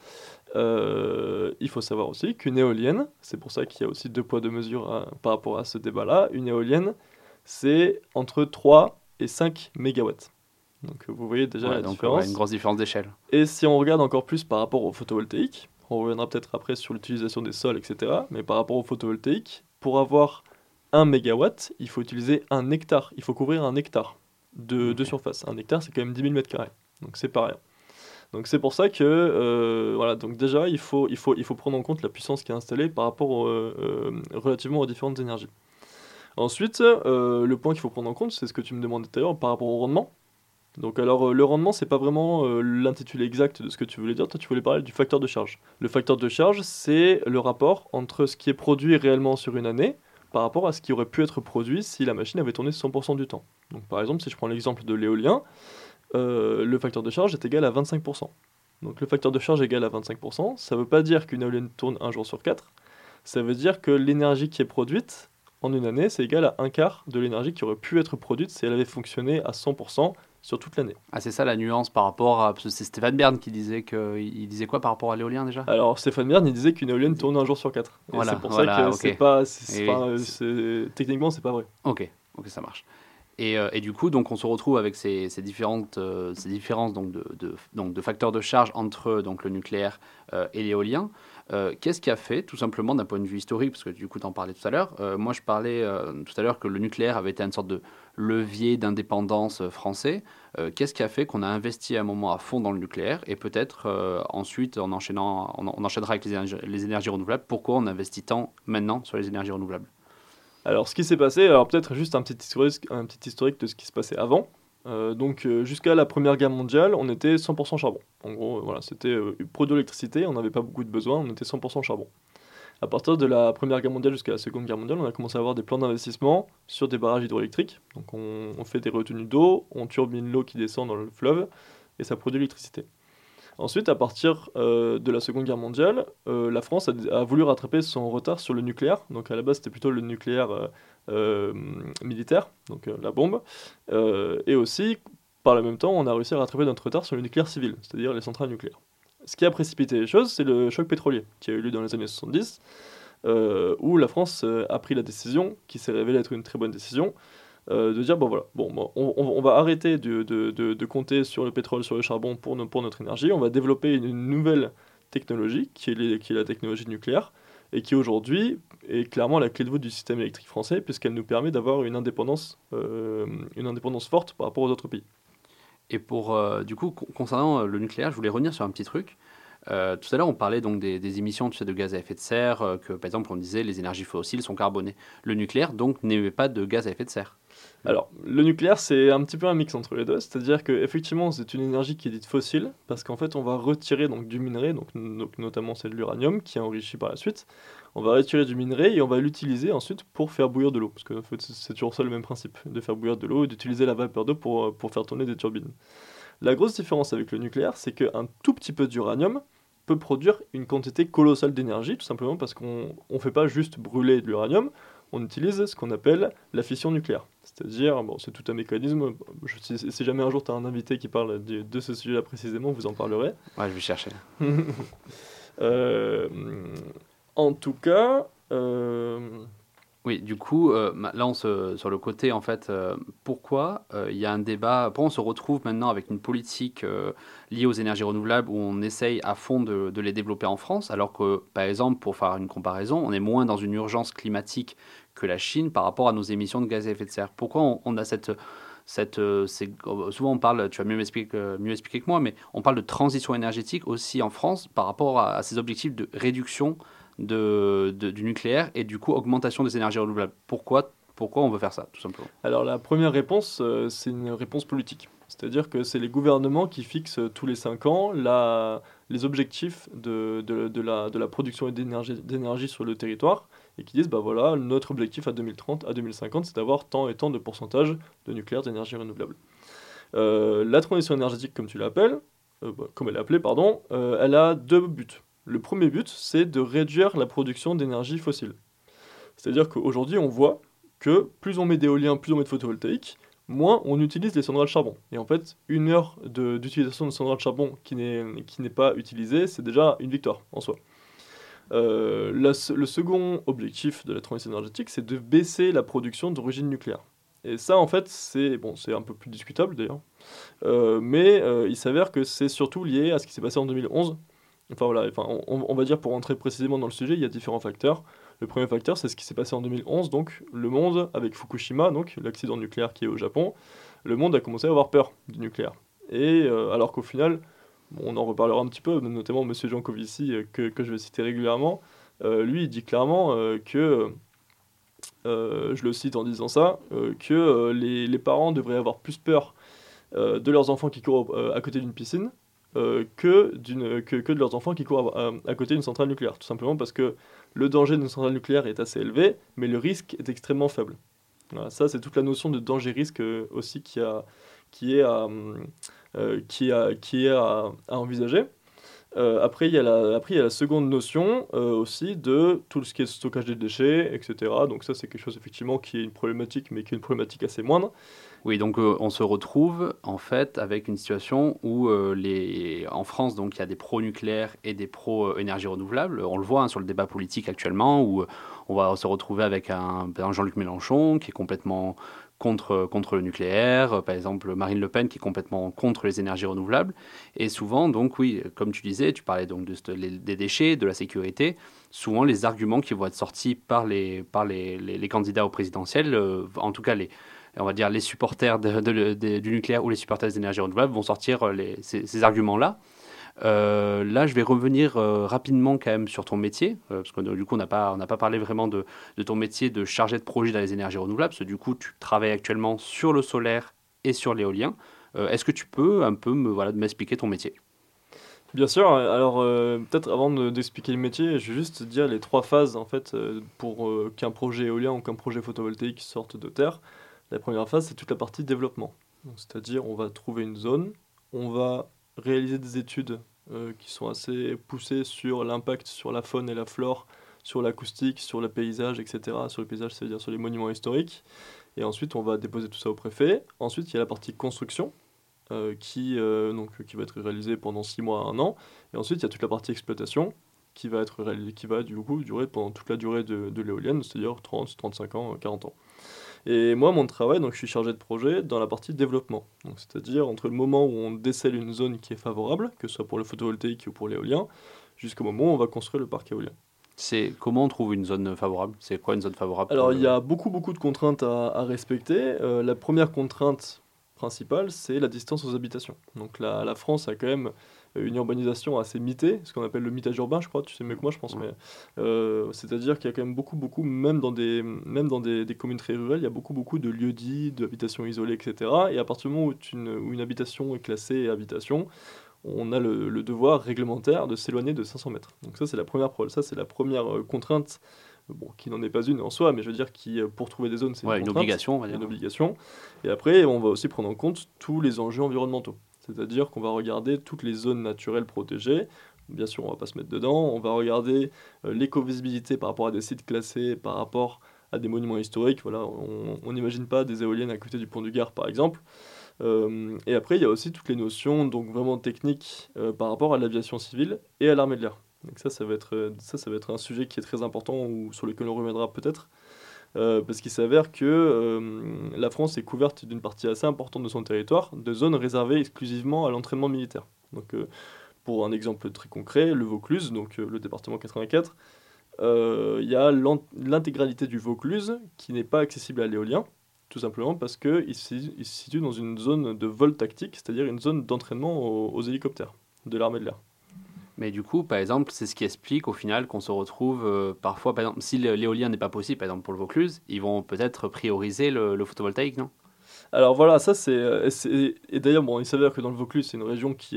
Il faut savoir aussi qu'une éolienne, c'est pour ça qu'il y a aussi 2 poids 2 mesures par rapport à ce débat-là, une éolienne, c'est entre 3 et 5 mégawatts. Donc vous voyez déjà la différence. Une grosse différence d'échelle. Et si on regarde encore plus par rapport au photovoltaïque, on reviendra peut-être après sur l'utilisation des sols, etc. Mais par rapport au photovoltaïque, pour avoir 1 mégawatt, il faut utiliser 1 hectare. Il faut couvrir 1 hectare de surface. 1 hectare, c'est quand même 10 000 m². Donc c'est pas rien. Donc c'est pour ça que, voilà, donc déjà, il faut prendre en compte la puissance qui est installée par rapport relativement aux différentes énergies. Ensuite, le point qu'il faut prendre en compte, c'est ce que tu me demandais tout à l'heure par rapport au rendement. Donc alors le rendement, c'est pas vraiment l'intitulé exact de ce que tu voulais dire. Toi, tu voulais parler du facteur de charge. Le facteur de charge, c'est le rapport entre ce qui est produit réellement sur une année par rapport à ce qui aurait pu être produit si la machine avait tourné 100% du temps. Donc par exemple, si je prends l'exemple de l'éolien, le facteur de charge est égal à 25%. Donc le facteur de charge égal à 25%, ça ne veut pas dire qu'une éolienne tourne 1 jour sur 4, ça veut dire que l'énergie qui est produite en une année, c'est égal à un quart de l'énergie qui aurait pu être produite si elle avait fonctionné à 100% sur toute l'année. Ah, c'est ça la nuance par rapport à... Parce que c'est Stéphane Bern qui disait il disait quoi par rapport à l'éolien déjà? Alors Stéphane Bern, il disait qu'une éolienne tourne 1 jour sur 4. Et Voilà, c'est pour voilà, ça que ok. techniquement, c'est pas vrai. Ok, ça marche. Et du coup, donc, on se retrouve avec ces différentes ces différences donc, de facteurs de charge entre donc, le nucléaire et l'éolien. Qu'est-ce qui a fait, tout simplement, d'un point de vue historique, parce que du coup, tu en parlais tout à l'heure, moi je parlais tout à l'heure que le nucléaire avait été une sorte de levier d'indépendance français. Qu'est-ce qui a fait qu'on a investi à un moment à fond dans le nucléaire et peut-être ensuite, on enchaînera avec les énergies renouvelables, pourquoi on investit tant maintenant sur les énergies renouvelables? Alors, ce qui s'est passé, alors peut-être juste un petit historique de ce qui se passait avant. Jusqu'à la Première Guerre mondiale, on était 100% charbon. En gros, voilà, c'était produire l'électricité, on n'avait pas beaucoup de besoin, on était 100% charbon. À partir de la Première Guerre mondiale jusqu'à la Seconde Guerre mondiale, on a commencé à avoir des plans d'investissement sur des barrages hydroélectriques. Donc on fait des retenues d'eau, on turbine l'eau qui descend dans le fleuve, et ça produit l'électricité. Ensuite, à partir de la Seconde Guerre mondiale, la France a voulu rattraper son retard sur le nucléaire. Donc à la base, c'était plutôt le nucléaire militaire, donc la bombe. Et aussi, par le même temps, on a réussi à rattraper notre retard sur le nucléaire civil, c'est-à-dire les centrales nucléaires. Ce qui a précipité les choses, c'est le choc pétrolier qui a eu lieu dans les années 70, où la France a pris la décision, qui s'est révélée être une très bonne décision, de dire on va arrêter de compter sur le pétrole, sur le charbon pour notre énergie, on va développer une nouvelle technologie qui est la technologie nucléaire et qui aujourd'hui est clairement la clé de voûte du système électrique français puisqu'elle nous permet d'avoir une indépendance forte par rapport aux autres pays. Et du coup, concernant le nucléaire, je voulais revenir sur un petit truc. Tout à l'heure, on parlait donc des émissions de gaz à effet de serre, que par exemple, on disait les énergies fossiles sont carbonées. Le nucléaire, donc, n'émet pas de gaz à effet de serre. Alors, le nucléaire, c'est un petit peu un mix entre les deux, c'est-à-dire qu'effectivement, c'est une énergie qui est dite fossile, parce qu'en fait, on va retirer donc, du minerai, donc notamment c'est de l'uranium, qui est enrichi par la suite. On va retirer du minerai et on va l'utiliser ensuite pour faire bouillir de l'eau, parce que en fait, c'est toujours ça le même principe, de faire bouillir de l'eau et d'utiliser la vapeur d'eau pour faire tourner des turbines. La grosse différence avec le nucléaire, c'est qu'un tout petit peu d'uranium peut produire une quantité colossale d'énergie, tout simplement parce qu'on ne fait pas juste brûler de l'uranium, on utilise ce qu'on appelle la fission nucléaire. C'est-à-dire, bon, c'est tout un mécanisme. Si jamais un jour tu as un invité qui parle de ce sujet-là précisément, vous en parlerez. Ouais, je vais chercher. En tout cas, Oui, du coup, là, sur le côté, en fait, pourquoi il y a un débat, pourquoi on se retrouve maintenant avec une politique liée aux énergies renouvelables où on essaye à fond de les développer en France, alors que, par exemple, pour faire une comparaison, on est moins dans une urgence climatique que la Chine par rapport à nos émissions de gaz à effet de serre. Pourquoi on a souvent on parle, tu vas mieux expliquer que moi, mais on parle de transition énergétique aussi en France par rapport à ces objectifs de réduction du nucléaire et du coup augmentation des énergies renouvelables. Pourquoi on veut faire ça, tout simplement? alors la première réponse, c'est une réponse politique. C'est-à-dire que c'est les gouvernements qui fixent tous les 5 ans les objectifs de la production d'énergie sur le territoire et qui disent, bah voilà, notre objectif à 2030, à 2050, c'est d'avoir tant et tant de pourcentage de nucléaire, d'énergie renouvelable. La transition énergétique, comme tu l'appelles, comme elle est appelée, pardon, elle a 2 buts. Le premier but, c'est de réduire la production d'énergie fossile. C'est-à-dire qu'aujourd'hui, on voit que plus on met d'éolien, plus on met de photovoltaïque, moins on utilise les centrales charbon. Et en fait, 1 heure d'utilisation de centrales charbon qui n'est pas utilisée, c'est déjà une victoire en soi. Le second objectif de la transition énergétique, c'est de baisser la production d'origine nucléaire. Et ça, en fait, c'est un peu plus discutable d'ailleurs, mais il s'avère que c'est surtout lié à ce qui s'est passé en 2011. Enfin voilà, on va dire pour rentrer précisément dans le sujet, il y a différents facteurs. Le premier facteur, c'est ce qui s'est passé en 2011, donc le monde, avec Fukushima, donc l'accident nucléaire qui est au Japon, le monde a commencé à avoir peur du nucléaire. Et alors qu'au final, on en reparlera un petit peu, notamment M. Jancovici, que je vais citer régulièrement, lui il dit clairement que, je le cite en disant ça, que les parents devraient avoir plus peur de leurs enfants qui courent à côté d'une piscine, que de leurs enfants qui courent à côté d'une centrale nucléaire. Tout simplement parce que le danger d'une centrale nucléaire est assez élevé, mais le risque est extrêmement faible. Voilà, ça, c'est toute la notion de danger-risque aussi qui est à envisager. Après, il y a la seconde notion aussi de tout ce qui est stockage des déchets, etc. Donc ça, c'est quelque chose effectivement qui est une problématique, mais qui est une problématique assez moindre. Oui, donc on se retrouve en fait avec une situation où en France, donc il y a des pro-nucléaires et des pro-énergie renouvelable. On le voit sur le débat politique actuellement où on va se retrouver avec un Jean-Luc Mélenchon qui est complètement contre le nucléaire, par exemple Marine Le Pen qui est complètement contre les énergies renouvelables. Et souvent, donc oui, comme tu disais, tu parlais donc des déchets, de la sécurité. Souvent, les arguments qui vont être sortis par les candidats au présidentiel, en tout cas on va dire les supporters du nucléaire ou les supporters des énergies renouvelables vont sortir ces arguments-là. Là, je vais revenir rapidement quand même sur ton métier, parce que du coup, on n'a pas parlé vraiment de ton métier de chargé de projet dans les énergies renouvelables, parce que du coup, tu travailles actuellement sur le solaire et sur l'éolien. Est-ce que tu peux un peu m'expliquer ton métier? Bien sûr, alors peut-être avant d'expliquer le métier, je vais juste dire les 3 phases en fait pour qu'un projet éolien ou qu'un projet photovoltaïque sorte de terre. La première phase, c'est toute la partie développement. Donc, c'est-à-dire, on va trouver une zone, on va réaliser des études qui sont assez poussées sur l'impact sur la faune et la flore, sur l'acoustique, sur le paysage, etc. Sur le paysage, c'est-à-dire sur les monuments historiques. Et ensuite, on va déposer tout ça au préfet. Ensuite, il y a la partie construction qui va être réalisée pendant 6 mois à 1 an. Et ensuite, il y a toute la partie exploitation qui va du coup durer pendant toute la durée de l'éolienne, c'est-à-dire 30, 35 ans, 40 ans. Et moi, mon travail, donc je suis chargé de projet dans la partie développement. Donc, c'est-à-dire entre le moment où on décèle une zone qui est favorable, que ce soit pour le photovoltaïque ou pour l'éolien, jusqu'au moment où on va construire le parc éolien. C'est comment on trouve une zone favorable? C'est quoi une zone favorable? Alors, il y a beaucoup de contraintes à respecter. La première contrainte principale, c'est la distance aux habitations. Donc la France a quand même une urbanisation assez mitée, ce qu'on appelle le mitage urbain, je crois, tu sais mieux que moi, je pense, mais c'est-à-dire qu'il y a quand même beaucoup, même dans des communes très rurales, il y a beaucoup de lieux-dits, d'habitations isolées, etc. Et à partir du moment où une habitation est classée habitation, on a le devoir réglementaire de s'éloigner de 500 mètres. Donc ça, c'est la première contrainte, qui n'en est pas une en soi, mais je veux dire pour trouver des zones, c'est une obligation, on va dire. Une obligation. Et après, on va aussi prendre en compte tous les enjeux environnementaux. C'est-à-dire qu'on va regarder toutes les zones naturelles protégées. Bien sûr, on ne va pas se mettre dedans. On va regarder l'éco-visibilité par rapport à des sites classés, par rapport à des monuments historiques. Voilà, on n'imagine pas des éoliennes à côté du pont du Gard, par exemple. Et après, il y a aussi toutes les notions donc vraiment techniques par rapport à l'aviation civile et à l'armée de l'air. Donc ça va être un sujet qui est très important ou sur lequel on reviendra peut-être. Parce qu'il s'avère que la France est couverte d'une partie assez importante de son territoire, de zones réservées exclusivement à l'entraînement militaire. Donc, pour un exemple très concret, le Vaucluse, donc le département 84, il y a l'intégralité du Vaucluse qui n'est pas accessible à l'éolien, tout simplement parce qu'il se situe dans une zone de vol tactique, c'est-à-dire une zone d'entraînement aux hélicoptères de l'armée de l'air. Mais du coup, par exemple, c'est ce qui explique au final qu'on se retrouve parfois, par exemple, si l'éolien n'est pas possible, par exemple pour le Vaucluse, ils vont peut-être prioriser le photovoltaïque, non? Alors voilà, ça et d'ailleurs, bon, il s'avère que dans le Vaucluse, c'est une région qui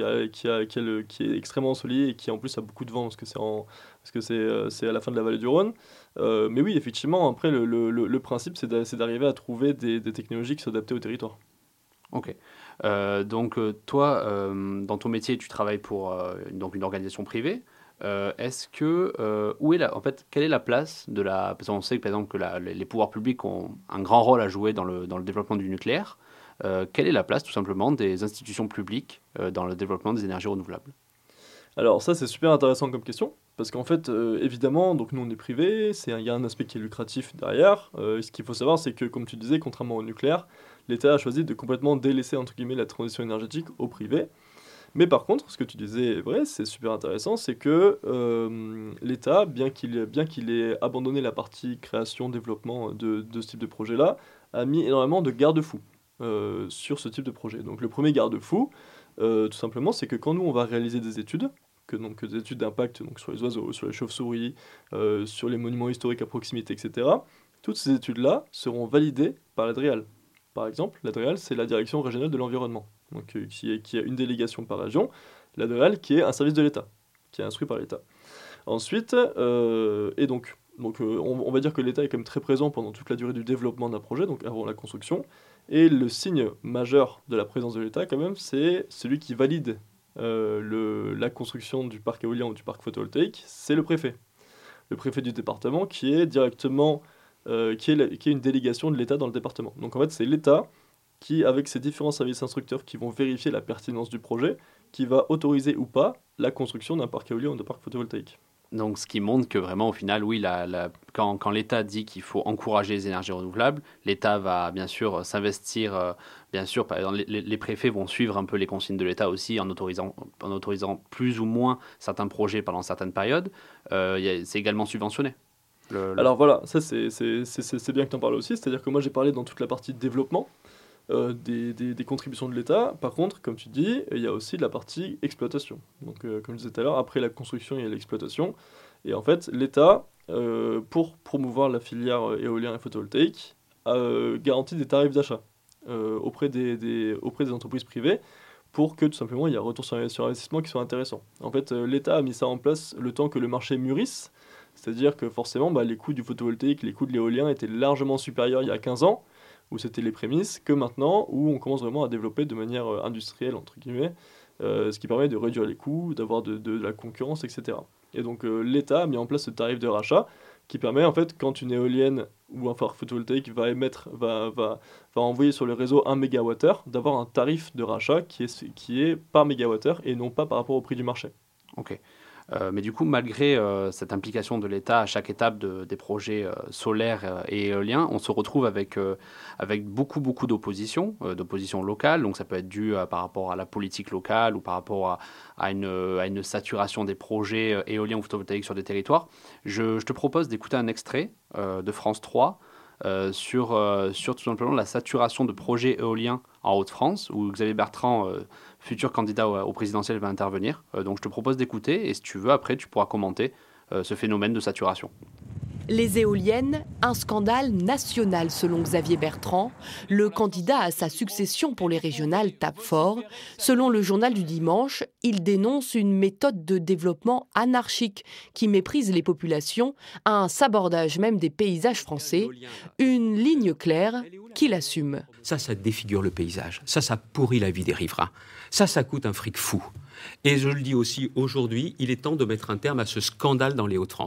est extrêmement ensoleillée et qui en plus a beaucoup de vent parce que c'est à la fin de la vallée du Rhône. Mais oui, effectivement, après, le principe, c'est d'arriver à trouver des technologies qui sont adaptées au territoire. Ok. Donc toi, dans ton métier, tu travailles pour donc une organisation privée. Est-ce que en fait, quelle est la place de parce qu'on sait que par exemple que les pouvoirs publics ont un grand rôle à jouer dans le développement du nucléaire. Quelle est la place tout simplement des institutions publiques dans le développement des énergies renouvelables? Alors ça, c'est super intéressant comme question, parce qu'en fait, évidemment, donc nous on est privé, il y a un aspect qui est lucratif derrière. Ce qu'il faut savoir, c'est que, comme tu disais, contrairement au nucléaire, l'État a choisi de complètement délaisser, entre guillemets, la transition énergétique au privé. Mais par contre, ce que tu disais est vrai, c'est super intéressant, c'est que l'État, bien qu'il ait abandonné la partie création, développement de ce type de projet-là, a mis énormément de garde-fous sur ce type de projet. Donc le premier garde-fou, tout simplement, c'est que quand nous on va réaliser des études, que des études d'impact donc sur les oiseaux, sur les chauves-souris, sur les monuments historiques à proximité, etc., toutes ces études-là seront validées par l'ADREAL. Par exemple, l'ADREAL, c'est la Direction régionale de l'environnement, donc, qui a une délégation par région, l'ADREAL qui est un service de l'État, qui est instruit par l'État. Ensuite, on va dire que l'État est quand même très présent pendant toute la durée du développement d'un projet, donc avant la construction, et le signe majeur de la présence de l'État, quand même, c'est celui qui valide la construction du parc éolien ou du parc photovoltaïque, c'est le préfet. Le préfet du département qui est directement, qui est une délégation de l'État dans le département. Donc en fait, c'est l'État qui, avec ses différents services instructeurs qui vont vérifier la pertinence du projet, qui va autoriser ou pas la construction d'un parc éolien ou d'un parc photovoltaïque. Donc, ce qui montre que vraiment, au final, oui, quand l'État dit qu'il faut encourager les énergies renouvelables, l'État va bien sûr s'investir. Bien sûr, par exemple, les préfets vont suivre un peu les consignes de l'État aussi en autorisant plus ou moins certains projets pendant certaines périodes. C'est également subventionné. Alors voilà, ça c'est bien que tu en parles aussi. C'est-à-dire que moi j'ai parlé dans toute la partie développement des contributions de l'État. Par contre, comme tu dis, il y a aussi de la partie exploitation. Donc, comme je disais tout à l'heure, après la construction, il y a l'exploitation. Et en fait, l'État, pour promouvoir la filière éolien et photovoltaïque, garantit des tarifs d'achat auprès des entreprises privées pour que, tout simplement, il y ait un retour sur investissement qui soit intéressant. En fait, l'État a mis ça en place le temps que le marché mûrisse. C'est-à-dire que forcément, les coûts du photovoltaïque, les coûts de l'éolien étaient largement supérieurs il y a 15 ans, où c'était les prémices, que maintenant, où on commence vraiment à développer de manière industrielle, entre guillemets, ce qui permet de réduire les coûts, d'avoir de la concurrence, etc. Et donc l'État a mis en place ce tarif de rachat qui permet, en fait, quand une éolienne ou un parc photovoltaïque va envoyer sur le réseau 1 MWh, d'avoir un tarif de rachat qui est par mégawattheure et non pas par rapport au prix du marché. Ok. Mais du coup, malgré cette implication de l'État à chaque étape des projets solaires et éoliens, on se retrouve avec beaucoup d'opposition locale. Donc ça peut être dû par rapport à la politique locale ou par rapport à une saturation des projets éoliens ou photovoltaïques sur des territoires. Je te propose d'écouter un extrait de France 3 sur tout simplement la saturation de projets éoliens en Hauts-de-France, où Xavier Bertrand, futur candidat au présidentiel, va intervenir. Donc je te propose d'écouter, et si tu veux, après, tu pourras commenter ce phénomène de saturation. Les éoliennes, un scandale national selon Xavier Bertrand. Le candidat à sa succession pour les régionales tape fort. Selon le journal du dimanche, il dénonce une méthode de développement anarchique qui méprise les populations, un sabordage même des paysages français. Une ligne claire qu'il assume. Ça défigure le paysage. Ça pourrit la vie des riverains. Ça coûte un fric fou. Et je le dis aussi aujourd'hui, il est temps de mettre un terme à ce scandale dans les Hauts-de-France.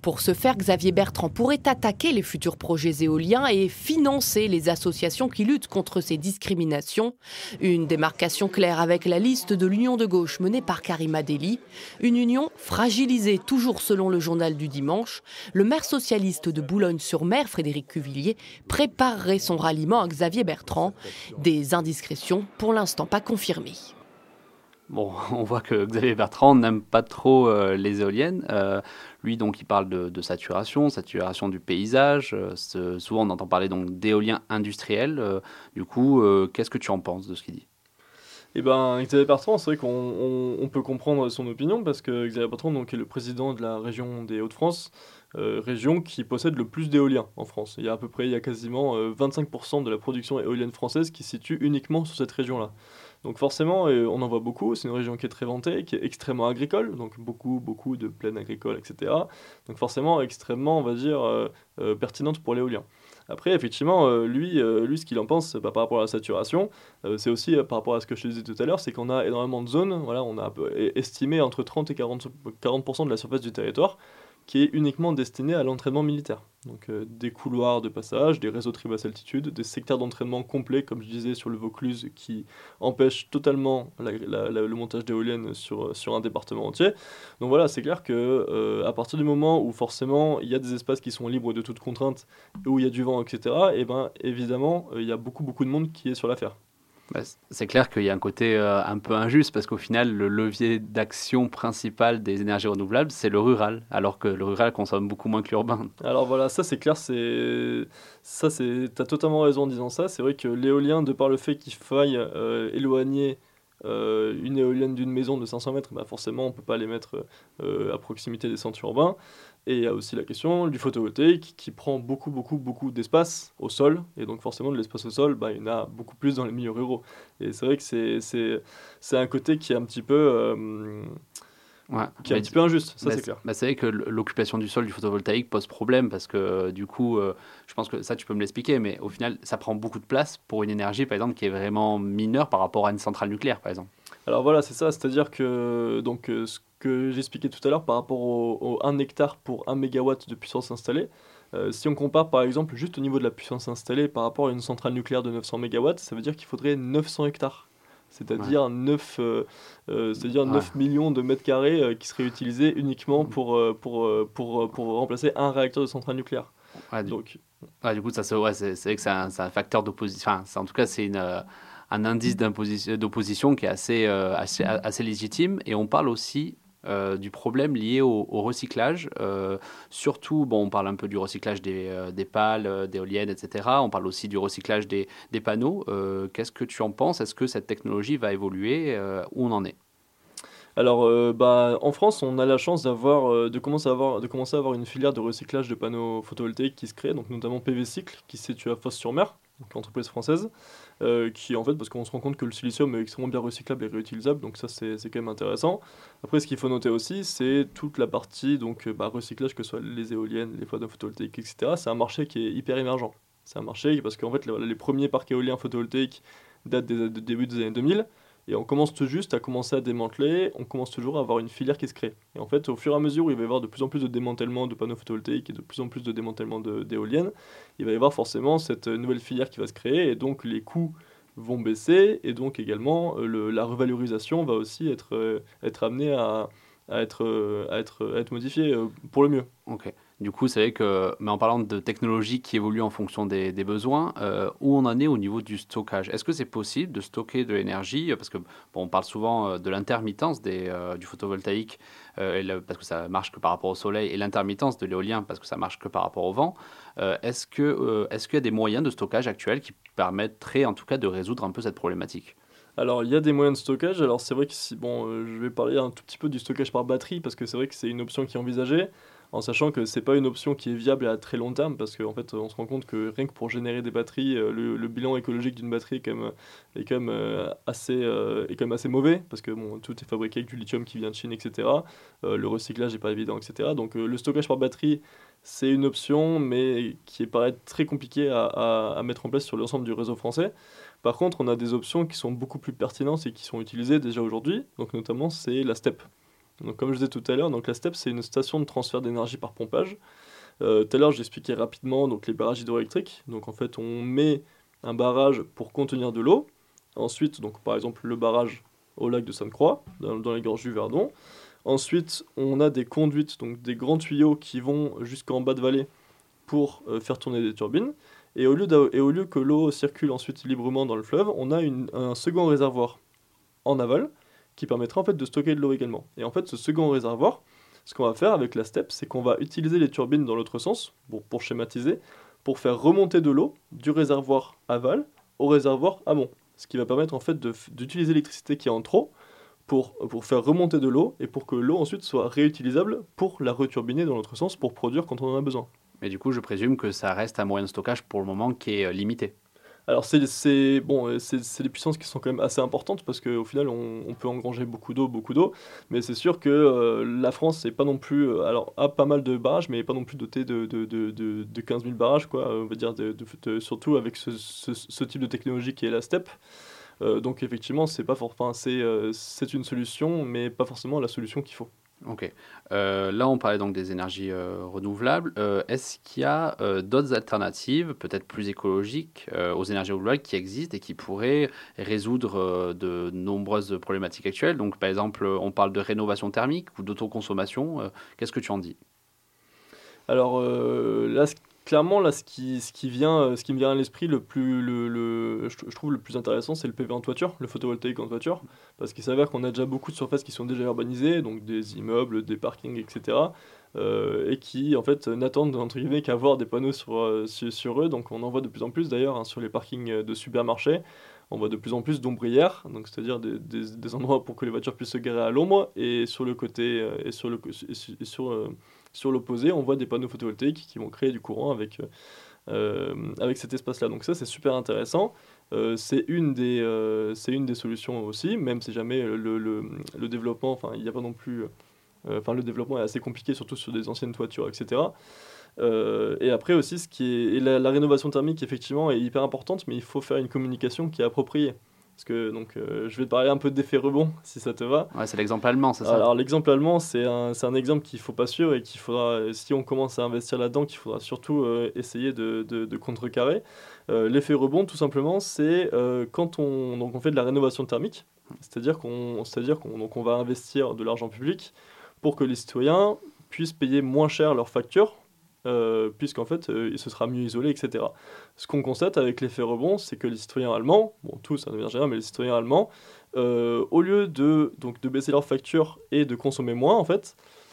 Pour ce faire, Xavier Bertrand pourrait attaquer les futurs projets éoliens et financer les associations qui luttent contre ces discriminations. Une démarcation claire avec la liste de l'Union de gauche menée par Karima Delli. Une union fragilisée, toujours selon le journal du dimanche. Le maire socialiste de Boulogne-sur-Mer, Frédéric Cuvillier, préparerait son ralliement à Xavier Bertrand. Des indiscrétions pour l'instant pas confirmées. Bon, on voit que Xavier Bertrand n'aime pas trop les éoliennes. Lui, donc, il parle de saturation du paysage. Souvent, on entend parler donc d'éoliens industriels. Du coup, qu'est-ce que tu en penses de ce qu'il dit ? Eh ben, Xavier Bertrand, c'est vrai qu'on peut comprendre son opinion parce que Xavier Bertrand donc, est le président de la région des Hauts-de-France, région qui possède le plus d'éoliens en France. Il y a quasiment 25% de la production éolienne française qui se situe uniquement sur cette région-là. Donc forcément, on en voit beaucoup, c'est une région qui est très vantée, qui est extrêmement agricole, donc beaucoup de plaines agricoles, etc. Donc forcément extrêmement, on va dire, pertinente pour l'éolien. Après, effectivement, lui, ce qu'il en pense par rapport à la saturation, c'est aussi par rapport à ce que je te disais tout à l'heure, c'est qu'on a énormément de zones, voilà, on a estimé entre 30 et 40% de la surface du territoire qui est uniquement destinée à l'entraînement militaire. Donc des couloirs de passage, des réseaux très basse altitude, des secteurs d'entraînement complets, comme je disais, sur le Vaucluse, qui empêchent totalement le montage d'éoliennes sur un département entier. Donc voilà, c'est clair que à partir du moment où forcément il y a des espaces qui sont libres de toute contrainte, où il y a du vent, etc., et ben évidemment, il y a beaucoup de monde qui est sur l'affaire. Bah, c'est clair qu'il y a un côté un peu injuste parce qu'au final, le levier d'action principal des énergies renouvelables, c'est le rural, alors que le rural consomme beaucoup moins que l'urbain. Alors voilà, ça c'est clair, t'as totalement raison en disant ça. C'est vrai que l'éolien, de par le fait qu'il faille éloigner une éolienne d'une maison de 500 mètres, bah forcément on ne peut pas les mettre à proximité des centres urbains. Et il y a aussi la question du photovoltaïque qui prend beaucoup d'espace au sol. Et donc forcément de l'espace au sol, bah, il y en a beaucoup plus dans les milieux ruraux. Et c'est vrai que c'est un côté qui est un petit peu... qui est un petit peu injuste, ça c'est clair. C'est vrai que l'occupation du sol du photovoltaïque pose problème parce que du coup, je pense que ça tu peux me l'expliquer, mais au final ça prend beaucoup de place pour une énergie par exemple qui est vraiment mineure par rapport à une centrale nucléaire par exemple. Alors voilà, c'est ça, c'est-à-dire que donc, ce que j'expliquais tout à l'heure par rapport au 1 hectare pour 1 mégawatt de puissance installée, si on compare par exemple juste au niveau de la puissance installée par rapport à une centrale nucléaire de 900 mégawatts, ça veut dire qu'il faudrait 900 hectares. C'est-à-dire 9 millions de mètres carrés qui seraient utilisés uniquement pour remplacer un réacteur de centrale nucléaire. Du coup, ça, c'est vrai que c'est un facteur d'opposition. Enfin, en tout cas, c'est un indice d'opposition qui est assez légitime. Et on parle aussi du problème lié au recyclage. Surtout, on parle un peu du recyclage des pales, d'éoliennes, etc. On parle aussi du recyclage des panneaux. Qu'est-ce que tu en penses ? Est-ce que cette technologie va évoluer ? Où on en est ? Alors, en France, on a la chance de commencer à avoir une filière de recyclage de panneaux photovoltaïques qui se crée, donc notamment PV Cycle, qui se situe à Fos-sur-Mer, donc entreprise française, qui en fait, parce qu'on se rend compte que le silicium est extrêmement bien recyclable et réutilisable, donc ça c'est quand même intéressant. Après, ce qu'il faut noter aussi, c'est toute la partie recyclage, que ce soit les éoliennes, les panneaux photovoltaïques, etc. C'est un marché qui est hyper émergent. C'est un marché parce qu'en fait, les premiers parcs éoliens photovoltaïques datent du début des années 2000. Et on commence tout juste à démanteler, on commence toujours à avoir une filière qui se crée. Et en fait, au fur et à mesure où il va y avoir de plus en plus de démantèlement de panneaux photovoltaïques et de plus en plus de démantèlement d'éoliennes, il va y avoir forcément cette nouvelle filière qui va se créer, et donc les coûts vont baisser, et donc également la revalorisation va aussi être amenée à être modifiée pour le mieux. Ok. Du coup, c'est vrai que, mais en parlant de technologies qui évoluent en fonction des besoins, où on en est au niveau du stockage ? Est-ce que c'est possible de stocker de l'énergie ? Parce que on parle souvent de l'intermittence du photovoltaïque, parce que ça marche que par rapport au soleil, et l'intermittence de l'éolien, parce que ça marche que par rapport au vent. Est-ce qu'il y a des moyens de stockage actuels qui permettraient en tout cas de résoudre un peu cette problématique ? Alors, il y a des moyens de stockage. Alors, c'est vrai que je vais parler un tout petit peu du stockage par batterie, parce que c'est vrai que c'est une option qui est envisagée, en sachant que c'est pas une option qui est viable à très long terme, parce qu'en fait, on se rend compte que rien que pour générer des batteries, le bilan écologique d'une batterie est quand même assez mauvais, parce que tout est fabriqué avec du lithium qui vient de Chine, etc. Le recyclage n'est pas évident, etc. Donc, le stockage par batterie, c'est une option, mais qui paraît très compliquée à mettre en place sur l'ensemble du réseau français. Par contre, on a des options qui sont beaucoup plus pertinentes et qui sont utilisées déjà aujourd'hui, donc notamment c'est la STEP. Donc, comme je disais tout à l'heure, donc la STEP, c'est une station de transfert d'énergie par pompage. Tout à l'heure, j'expliquais rapidement donc, les barrages hydroélectriques. Donc, en fait, on met un barrage pour contenir de l'eau. Ensuite, donc, par exemple, le barrage au lac de Sainte-Croix, dans les gorges du Verdon. Ensuite, on a des conduites, donc des grands tuyaux qui vont jusqu'en bas de vallée pour faire tourner des turbines. Et au lieu que l'eau circule ensuite librement dans le fleuve, on a un second réservoir en aval qui permettra en fait de stocker de l'eau également. Et en fait, ce second réservoir, ce qu'on va faire avec la STEP, c'est qu'on va utiliser les turbines dans l'autre sens, pour schématiser, pour faire remonter de l'eau du réservoir aval au réservoir amont. Ce qui va permettre en fait d'utiliser l'électricité qui est en trop pour faire remonter de l'eau et pour que l'eau ensuite soit réutilisable pour la returbiner dans l'autre sens pour produire quand on en a besoin. Mais du coup, je présume que ça reste un moyen de stockage pour le moment qui est limité. Alors c'est des puissances qui sont quand même assez importantes parce qu'au final on peut engranger beaucoup d'eau, mais c'est sûr que la France n'est pas non plus, alors a pas mal de barrages, mais pas non plus dotée de 15 000 barrages, quoi, on va dire, surtout avec ce type de technologie qui est la STEP. Donc effectivement c'est une solution, mais pas forcément la solution qu'il faut. Ok. Là, on parlait donc des énergies renouvelables. Est-ce qu'il y a d'autres alternatives, peut-être plus écologiques, aux énergies renouvelables qui existent et qui pourraient résoudre de nombreuses problématiques actuelles? Donc, par exemple, on parle de rénovation thermique ou d'autoconsommation. Qu'est-ce que tu en dis? Alors là, clairement, là, ce qui me vient à l'esprit je trouve le plus intéressant, c'est le PV en toiture, le photovoltaïque en toiture, parce qu'il s'avère qu'on a déjà beaucoup de surfaces qui sont déjà urbanisées, donc des immeubles, des parkings, etc., et qui en fait n'attendent entre guillemets qu'à avoir des panneaux sur eux. Donc on en voit de plus en plus d'ailleurs, hein, sur les parkings de supermarchés. On voit de plus en plus d'ombrières, donc c'est-à-dire des endroits pour que les voitures puissent se garer à l'ombre, et sur le côté sur l'opposé, on voit des panneaux photovoltaïques qui vont créer du courant avec cet espace-là. Donc ça, c'est super intéressant. C'est une des solutions aussi, même si jamais le développement, enfin, il n'y a pas non plus... le développement est assez compliqué, surtout sur des anciennes toitures, etc. Et après aussi, la rénovation thermique, effectivement, est hyper importante, mais il faut faire une communication qui est appropriée. Parce que je vais te parler un peu d'effet rebond, si ça te va. Ouais, c'est l'exemple allemand, c'est ça? Alors l'exemple allemand, c'est un exemple qu'il ne faut pas suivre et qu'il faudra, si on commence à investir là-dedans, qu'il faudra surtout essayer de contrecarrer. L'effet rebond, tout simplement, c'est quand on fait de la rénovation thermique, c'est-à-dire qu'on va investir de l'argent public pour que les citoyens puissent payer moins cher leurs factures, puisqu'en fait, ce sera mieux isolé, etc. Ce qu'on constate avec l'effet rebond, c'est que les citoyens allemands, bon, tous, ça ne veut dire rien, mais les citoyens allemands, au lieu de baisser leurs factures et de consommer moins, en fait,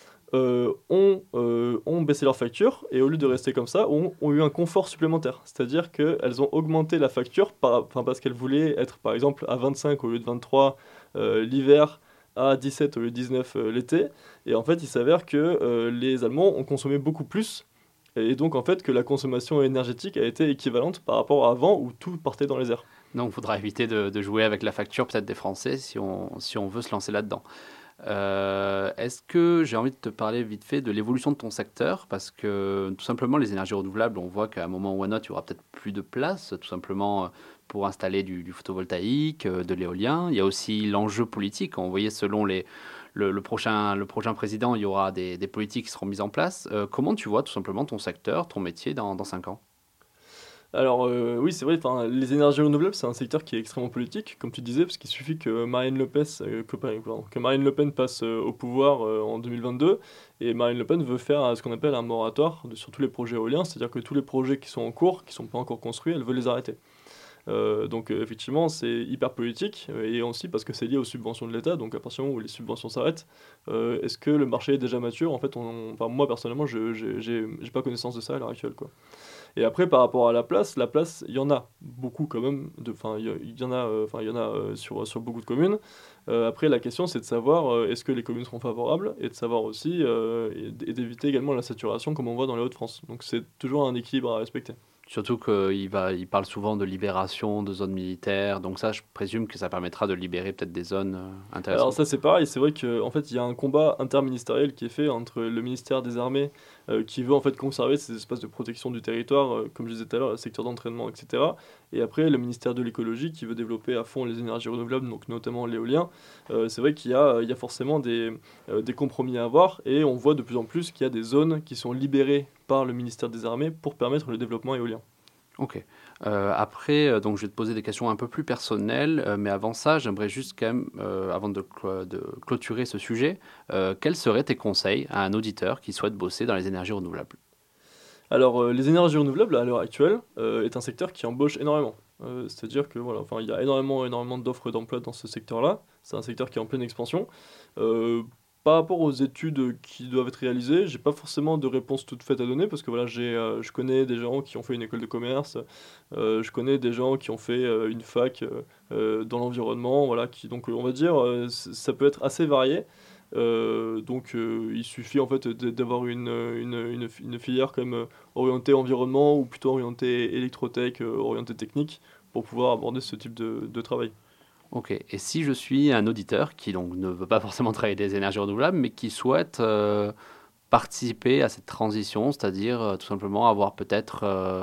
ont baissé leurs factures, et au lieu de rester comme ça, ont eu un confort supplémentaire. C'est-à-dire qu'elles ont augmenté la facture parce qu'elles voulaient être, par exemple, à 25 au lieu de 23 l'hiver, à 17 au lieu de 19 l'été. Et en fait, il s'avère que les Allemands ont consommé beaucoup plus, et donc en fait que la consommation énergétique a été équivalente par rapport à avant où tout partait dans les airs. Donc, il faudra éviter de jouer avec la facture peut-être des Français si on veut se lancer là-dedans. Est-ce que j'ai envie de te parler vite fait de l'évolution de ton secteur? Parce que tout simplement, les énergies renouvelables, on voit qu'à un moment ou à un autre, il y aura peut-être plus de place, tout simplement pour installer du photovoltaïque, de l'éolien. Il y a aussi l'enjeu politique. On voyait selon le prochain président, il y aura des politiques qui seront mises en place. Comment tu vois tout simplement ton secteur, ton métier dans 5 ans? Alors oui, c'est vrai, les énergies renouvelables, c'est un secteur qui est extrêmement politique, comme tu disais, parce qu'il suffit que Marine Le Pen passe au pouvoir en 2022, et Marine Le Pen veut faire ce qu'on appelle un moratoire sur tous les projets éoliens, c'est-à-dire que tous les projets qui sont en cours, qui ne sont pas encore construits, elle veut les arrêter. Donc effectivement, c'est hyper politique, et aussi parce que c'est lié aux subventions de l'État, donc à partir du moment où les subventions s'arrêtent, est-ce que le marché est déjà mature? En fait, moi personnellement, j'ai pas connaissance de ça à l'heure actuelle, quoi. Et après, par rapport à la place, il y en a beaucoup quand même. Il y en a sur beaucoup de communes. Après, la question, c'est de savoir est-ce que les communes seront favorables, et de savoir aussi et d'éviter également la saturation comme on voit dans les Hauts-de-France. Donc c'est toujours un équilibre à respecter. Surtout qu'il parle souvent de libération de zones militaires, donc ça, je présume que ça permettra de libérer peut-être des zones intéressantes. Alors ça, c'est pareil, c'est vrai qu'en fait, il y a un combat interministériel qui est fait entre le ministère des Armées, qui veut en fait conserver ces espaces de protection du territoire, comme je disais tout à l'heure, le secteur d'entraînement, etc. Et après, le ministère de l'écologie qui veut développer à fond les énergies renouvelables, donc notamment l'éolien. C'est vrai qu'il y a forcément des compromis à avoir, et on voit de plus en plus qu'il y a des zones qui sont libérées par le ministère des Armées pour permettre le développement éolien. Ok. Après, donc je vais te poser des questions un peu plus personnelles, mais avant ça, j'aimerais juste quand même, avant de clôturer ce sujet, quels seraient tes conseils à un auditeur qui souhaite bosser dans les énergies renouvelables? Alors, les énergies renouvelables, à l'heure actuelle, est un secteur qui embauche énormément. C'est-à-dire que voilà, enfin, il y a énormément d'offres d'emploi dans ce secteur-là. C'est un secteur qui est en pleine expansion. Par rapport aux études qui doivent être réalisées, j'ai pas forcément de réponse toute faite à donner parce que voilà, je connais des gens qui ont fait une école de commerce, je connais des gens qui ont fait une fac dans l'environnement, voilà, donc on va dire ça peut être assez varié. Il suffit en fait d'avoir une filière comme orientée environnement ou plutôt orientée électrotech, orientée technique pour pouvoir aborder ce type de travail. Ok. Et si je suis un auditeur qui donc ne veut pas forcément travailler des énergies renouvelables, mais qui souhaite participer à cette transition, c'est-à-dire tout simplement avoir peut-être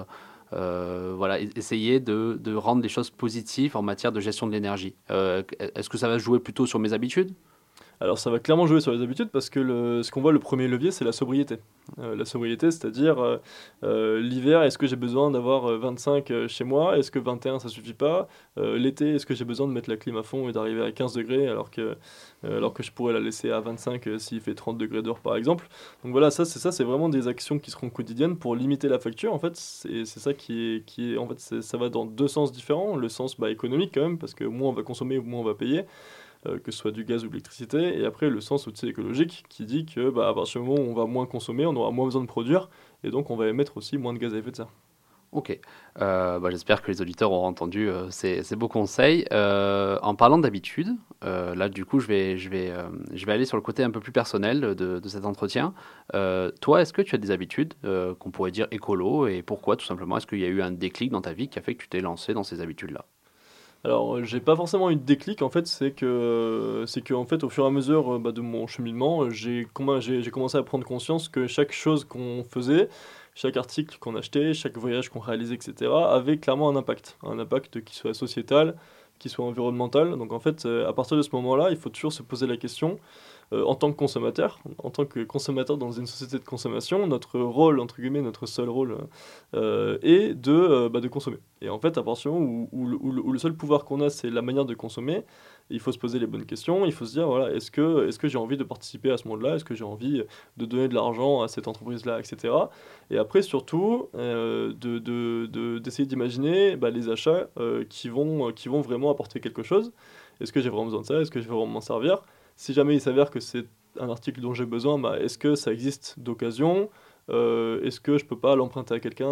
voilà, essayer de rendre les choses positives en matière de gestion de l'énergie. Est-ce que ça va jouer plutôt sur mes habitudes? Alors ça va clairement jouer sur les habitudes parce que ce qu'on voit, le premier levier, c'est la sobriété. La sobriété, c'est-à-dire l'hiver, est-ce que j'ai besoin d'avoir 25 chez moi? Est-ce que 21, ça suffit pas? L'été, est-ce que j'ai besoin de mettre la clim à fond et d'arriver à 15 degrés alors que je pourrais la laisser à 25 s'il fait 30 degrés dehors par exemple? Donc voilà, c'est vraiment des actions qui seront quotidiennes pour limiter la facture. En fait, c'est ça qui est en fait, ça va dans deux sens différents. Le sens économique quand même, parce que moins on va consommer, moins on va payer. Que ce soit du gaz ou de l'électricité, et après le sens aussi écologique qui dit que à partir du moment où on va moins consommer, on aura moins besoin de produire, et donc on va émettre aussi moins de gaz à effet de serre. Ok. J'espère que les auditeurs auront entendu ces beaux conseils. En parlant d'habitude, là du coup je vais aller sur le côté un peu plus personnel de cet entretien. Toi, est-ce que tu as des habitudes qu'on pourrait dire écolo, et pourquoi tout simplement? Est-ce qu'il y a eu un déclic dans ta vie qui a fait que tu t'es lancé dans ces habitudes-là? Alors, j'ai pas forcément eu de déclic, en fait, c'est que en fait, au fur et à mesure de mon cheminement, j'ai commencé à prendre conscience que chaque chose qu'on faisait, chaque article qu'on achetait, chaque voyage qu'on réalisait, etc., avait clairement un impact qui soit sociétal, qui soit environnemental. Donc, en fait, à partir de ce moment-là, il faut toujours se poser la question en tant que consommateur dans une société de consommation, notre rôle, entre guillemets, notre seul rôle est de consommer. Et en fait, à partir du moment où le seul pouvoir qu'on a, c'est la manière de consommer, il faut se poser les bonnes questions, il faut se dire, voilà, est-ce que j'ai envie de participer à ce monde-là, est-ce que j'ai envie de donner de l'argent à cette entreprise-là, etc. Et après, surtout, d'essayer d'imaginer les achats qui vont vraiment apporter quelque chose. Est-ce que j'ai vraiment besoin de ça? Est-ce que je vais vraiment m'en servir? Si jamais il s'avère que c'est un article dont j'ai besoin, est-ce que ça existe d'occasion? Est-ce que je peux pas l'emprunter à quelqu'un,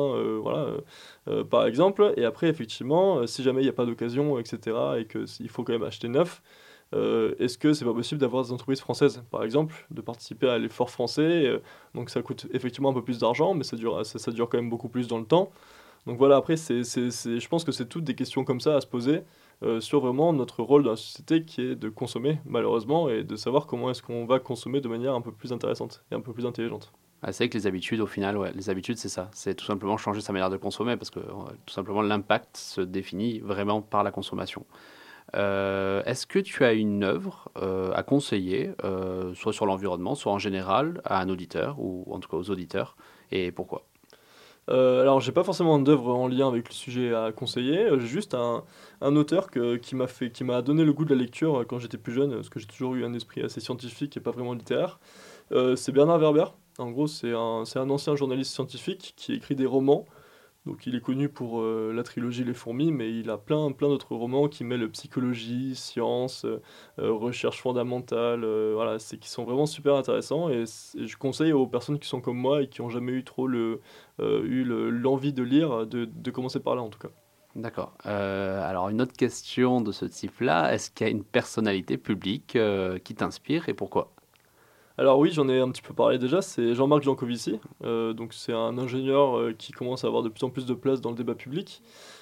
par exemple? Et après, effectivement, si jamais il n'y a pas d'occasion, etc., et qu'il faut quand même acheter neuf, est-ce que c'est pas possible d'avoir des entreprises françaises, par exemple, de participer à l'effort français? Donc ça coûte effectivement un peu plus d'argent, mais ça dure quand même beaucoup plus dans le temps. Donc voilà, après, je pense que c'est toutes des questions comme ça à se poser sur vraiment notre rôle dans la société qui est de consommer, malheureusement, et de savoir comment est-ce qu'on va consommer de manière un peu plus intéressante et un peu plus intelligente. Ah, c'est vrai que les habitudes, au final, ouais, les habitudes, c'est ça. C'est tout simplement changer sa manière de consommer parce que tout simplement l'impact se définit vraiment par la consommation. Est-ce que tu as une œuvre à conseiller, soit sur l'environnement, soit en général, à un auditeur ou en tout cas aux auditeurs, et pourquoi? Alors, j'ai pas forcément d'œuvre en lien avec le sujet à conseiller. J'ai juste un auteur qui m'a donné le goût de la lecture quand j'étais plus jeune, parce que j'ai toujours eu un esprit assez scientifique et pas vraiment littéraire. C'est Bernard Werber. En gros, c'est un ancien journaliste scientifique qui écrit des romans. Donc, il est connu pour la trilogie Les Fourmis, mais il a plein d'autres romans qui mêlent psychologie, science, recherche fondamentale, voilà, qui sont vraiment super intéressants. Et je conseille aux personnes qui sont comme moi et qui n'ont jamais eu trop l'envie de lire, de commencer par là en tout cas. D'accord. Alors, une autre question de ce type-là, est-ce qu'il y a une personnalité publique qui t'inspire et pourquoi? Alors oui, j'en ai un petit peu parlé déjà, c'est Jean-Marc Jancovici. Donc c'est un ingénieur qui commence à avoir de plus en plus de place dans le débat public.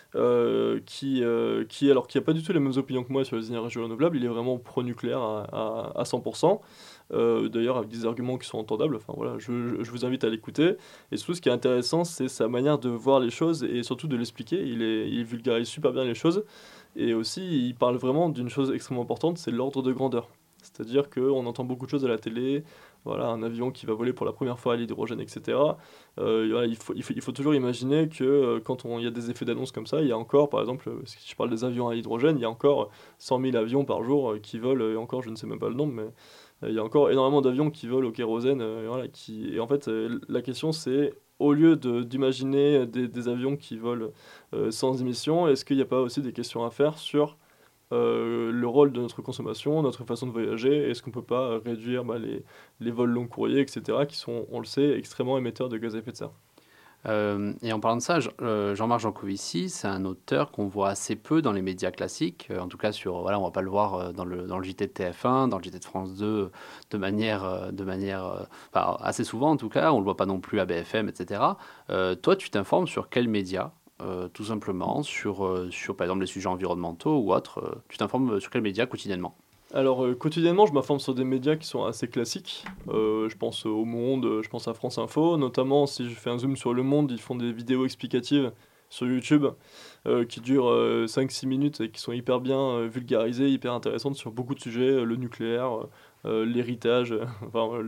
qui n'a pas du tout les mêmes opinions que moi sur les énergies renouvelables. Il est vraiment pro-nucléaire à 100%. D'ailleurs avec des arguments qui sont entendables. Enfin voilà, je vous invite à l'écouter. Et surtout, ce qui est intéressant, c'est sa manière de voir les choses et surtout de l'expliquer. Il vulgarise super bien les choses. Et aussi, il parle vraiment d'une chose extrêmement importante, c'est l'ordre de grandeur. C'est-à-dire qu'on entend beaucoup de choses à la télé, voilà, un avion qui va voler pour la première fois à l'hydrogène, etc. Voilà, il faut toujours imaginer que quand il y a des effets d'annonce comme ça, il y a encore, par exemple, si je parle des avions à l'hydrogène, il y a encore 100 000 avions par jour qui volent, et encore, je ne sais même pas le nombre, mais il y a encore énormément d'avions qui volent au kérosène. Voilà, et en fait, la question, c'est, au lieu d'imaginer des avions qui volent sans émissions, est-ce qu'il n'y a pas aussi des questions à faire sur le rôle de notre consommation, notre façon de voyager, est-ce qu'on ne peut pas réduire les vols long courriers, etc., qui sont, on le sait, extrêmement émetteurs de gaz à effet de serre. Et en parlant de ça, Jean-Marc Jancovici, c'est un auteur qu'on voit assez peu dans les médias classiques, en tout cas voilà, on ne va pas le voir dans le JT de TF1, dans le JT de France 2, de manière enfin, assez souvent en tout cas, on ne le voit pas non plus à BFM, etc. Toi, tu t'informes sur quels médias tout simplement, sur par exemple les sujets environnementaux ou autres, tu t'informes sur quels médias quotidiennement? Alors quotidiennement, je m'informe sur des médias qui sont assez classiques. Je pense au Monde, je pense à France Info. Notamment, si je fais un zoom sur Le Monde, ils font des vidéos explicatives sur YouTube qui durent 5-6 minutes et qui sont hyper bien vulgarisées, hyper intéressantes sur beaucoup de sujets, le nucléaire, l'héritage, enfin,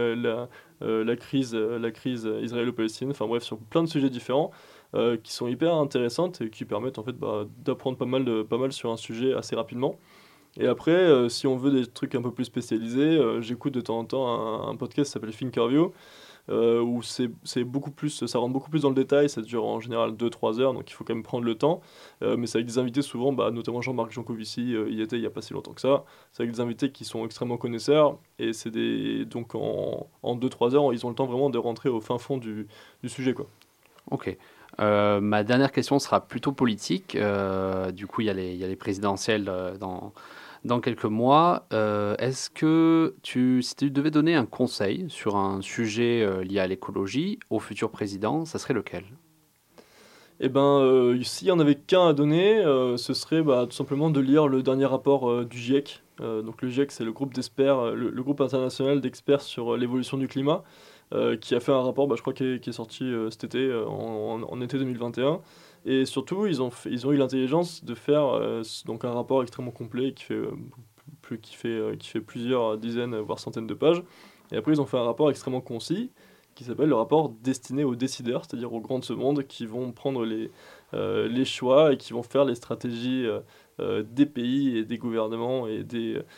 la crise israélo-palestinienne, enfin bref, sur plein de sujets différents qui sont hyper intéressantes et qui permettent en fait d'apprendre pas mal sur un sujet assez rapidement. Et après, si on veut des trucs un peu plus spécialisés, j'écoute de temps en temps un podcast qui s'appelle Thinkerview, où c'est beaucoup plus, ça rentre beaucoup plus dans le détail, ça dure en général 2-3 heures, donc il faut quand même prendre le temps, mais c'est avec des invités souvent, notamment Jean-Marc Jancovici, il y était il n'y a pas si longtemps que ça, c'est avec des invités qui sont extrêmement connaisseurs, et donc en 2-3 heures, ils ont le temps vraiment de rentrer au fin fond du sujet, quoi. Ok. Ma dernière question sera plutôt politique. Du coup, il y a les présidentielles dans quelques mois. Est-ce que si tu devais donner un conseil sur un sujet lié à l'écologie au futur président, ça serait lequel? Eh ben, s'il y en avait qu'un à donner, ce serait tout simplement de lire le dernier rapport du GIEC. Donc le GIEC, c'est le groupe d'experts, le groupe international d'experts sur l'évolution du climat, qui a fait un rapport, je crois, qui est sorti cet été, en été 2021. Et surtout, ils ont eu l'intelligence de faire donc un rapport extrêmement complet qui fait plusieurs dizaines, voire centaines de pages. Et après, ils ont fait un rapport extrêmement concis qui s'appelle le rapport destiné aux décideurs, c'est-à-dire aux grands de ce monde qui vont prendre les choix et qui vont faire les stratégies des pays et des gouvernements et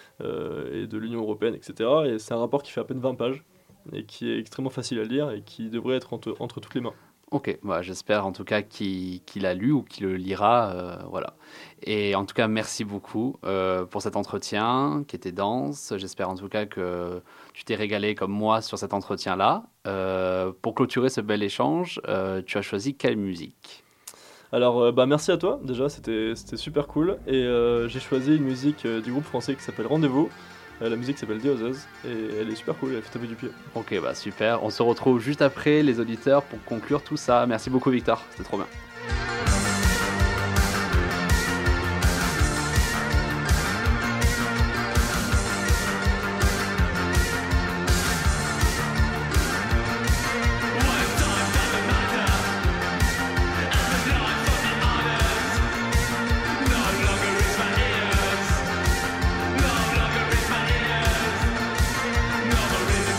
de l'Union européenne, etc. Et c'est un rapport qui fait à peine 20 pages et qui est extrêmement facile à lire et qui devrait être entre toutes les mains. Ok, j'espère en tout cas qu'il a lu ou qu'il le lira, voilà. Et en tout cas, merci beaucoup pour cet entretien qui était dense. J'espère en tout cas que tu t'es régalé comme moi sur cet entretien-là. Pour clôturer ce bel échange, tu as choisi quelle musique? Alors, merci à toi, déjà, c'était super cool. Et j'ai choisi une musique du groupe français qui s'appelle Rendez-vous. La musique s'appelle The Others et elle est super cool, elle fait taper du pied. Ok, super. On se retrouve juste après les auditeurs pour conclure tout ça. Merci beaucoup Victor, c'était trop bien.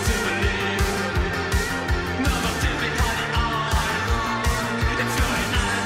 It's going on.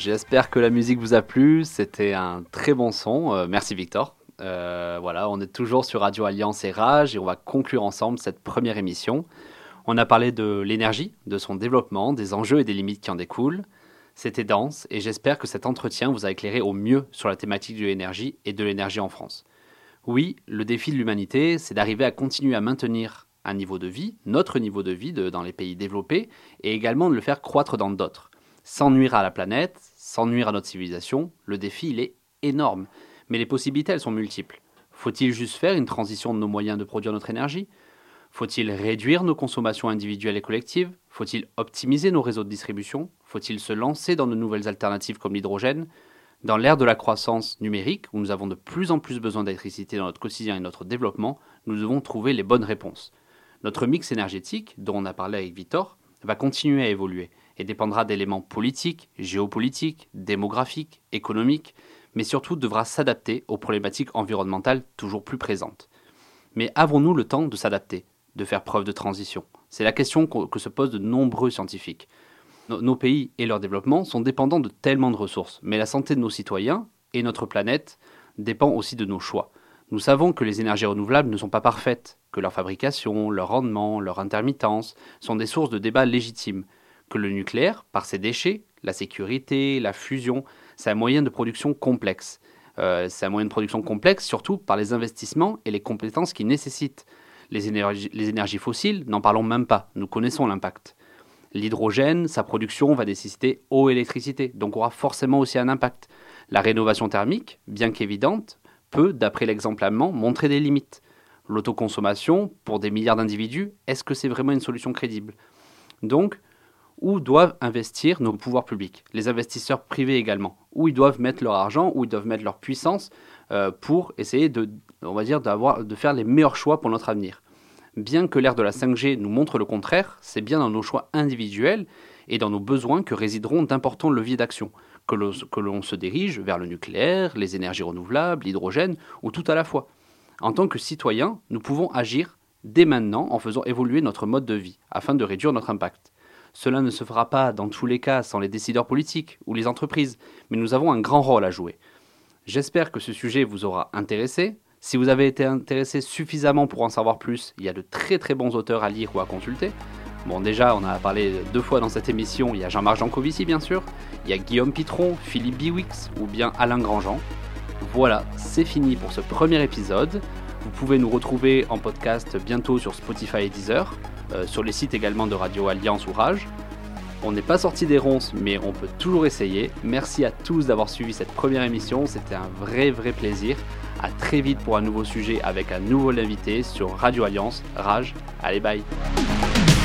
J'espère que la musique vous a plu. C'était un très bon son. Merci Victor. Voilà, on est toujours sur Radio Alliance et Rage et on va conclure ensemble cette première émission. On a parlé de l'énergie, de son développement, des enjeux et des limites qui en découlent. C'était dense et j'espère que cet entretien vous a éclairé au mieux sur la thématique de l'énergie et de l'énergie en France. Oui, le défi de l'humanité, c'est d'arriver à continuer à maintenir un niveau de vie, notre niveau de vie dans les pays développés, et également de le faire croître dans d'autres. Sans nuire à la planète, sans nuire à notre civilisation, le défi, il est énorme. Mais les possibilités, elles sont multiples. Faut-il juste faire une transition de nos moyens de produire notre énergie ? Faut-il réduire nos consommations individuelles et collectives ? Faut-il optimiser nos réseaux de distribution ? Faut-il se lancer dans de nouvelles alternatives comme l'hydrogène ? Dans l'ère de la croissance numérique, où nous avons de plus en plus besoin d'électricité dans notre quotidien et notre développement, nous devons trouver les bonnes réponses. Notre mix énergétique, dont on a parlé avec Victor, va continuer à évoluer et dépendra d'éléments politiques, géopolitiques, démographiques, économiques, mais surtout devra s'adapter aux problématiques environnementales toujours plus présentes. Mais avons-nous le temps de s'adapter, de faire preuve de transition ? C'est la question que se posent de nombreux scientifiques. Nos pays et leur développement sont dépendants de tellement de ressources, mais la santé de nos citoyens et notre planète dépend aussi de nos choix. Nous savons que les énergies renouvelables ne sont pas parfaites, que leur fabrication, leur rendement, leur intermittence sont des sources de débats légitimes, que le nucléaire, par ses déchets, la sécurité, la fusion, c'est un moyen de production complexe. C'est un moyen de production complexe surtout par les investissements et les compétences qu'il nécessite. Les énergies fossiles, n'en parlons même pas, nous connaissons l'impact. L'hydrogène, sa production va nécessiter eau et électricité, donc aura forcément aussi un impact. La rénovation thermique, bien qu'évidente, peut, d'après l'exemple allemand, montrer des limites. L'autoconsommation, pour des milliards d'individus, est-ce que c'est vraiment une solution crédible ? Donc, où doivent investir nos pouvoirs publics ? Les investisseurs privés également. Où ils doivent mettre leur argent, où ils doivent mettre leur puissance pour essayer de faire les meilleurs choix pour notre avenir. Bien que l'ère de la 5G nous montre le contraire, c'est bien dans nos choix individuels et dans nos besoins que résideront d'importants leviers d'action, que l'on se dirige vers le nucléaire, les énergies renouvelables, l'hydrogène, ou tout à la fois. En tant que citoyens, nous pouvons agir dès maintenant en faisant évoluer notre mode de vie, afin de réduire notre impact. Cela ne se fera pas dans tous les cas sans les décideurs politiques ou les entreprises, mais nous avons un grand rôle à jouer. J'espère que ce sujet vous aura intéressé. Si vous avez été intéressé suffisamment pour en savoir plus, il y a de très très bons auteurs à lire ou à consulter. Bon, déjà, on a parlé 2 fois dans cette émission, il y a Jean-Marc Jancovici bien sûr, il y a Guillaume Pitron, Philippe Biwix ou bien Alain Grandjean. Voilà, c'est fini pour ce premier épisode. Vous pouvez nous retrouver en podcast bientôt sur Spotify et Deezer, sur les sites également de Radio Alliance ou Rage. On n'est pas sorti des ronces, mais on peut toujours essayer. Merci à tous d'avoir suivi cette première émission, c'était un vrai plaisir. À très vite pour un nouveau sujet avec un nouveau invité sur Radio Alliance, Rage. Allez, bye.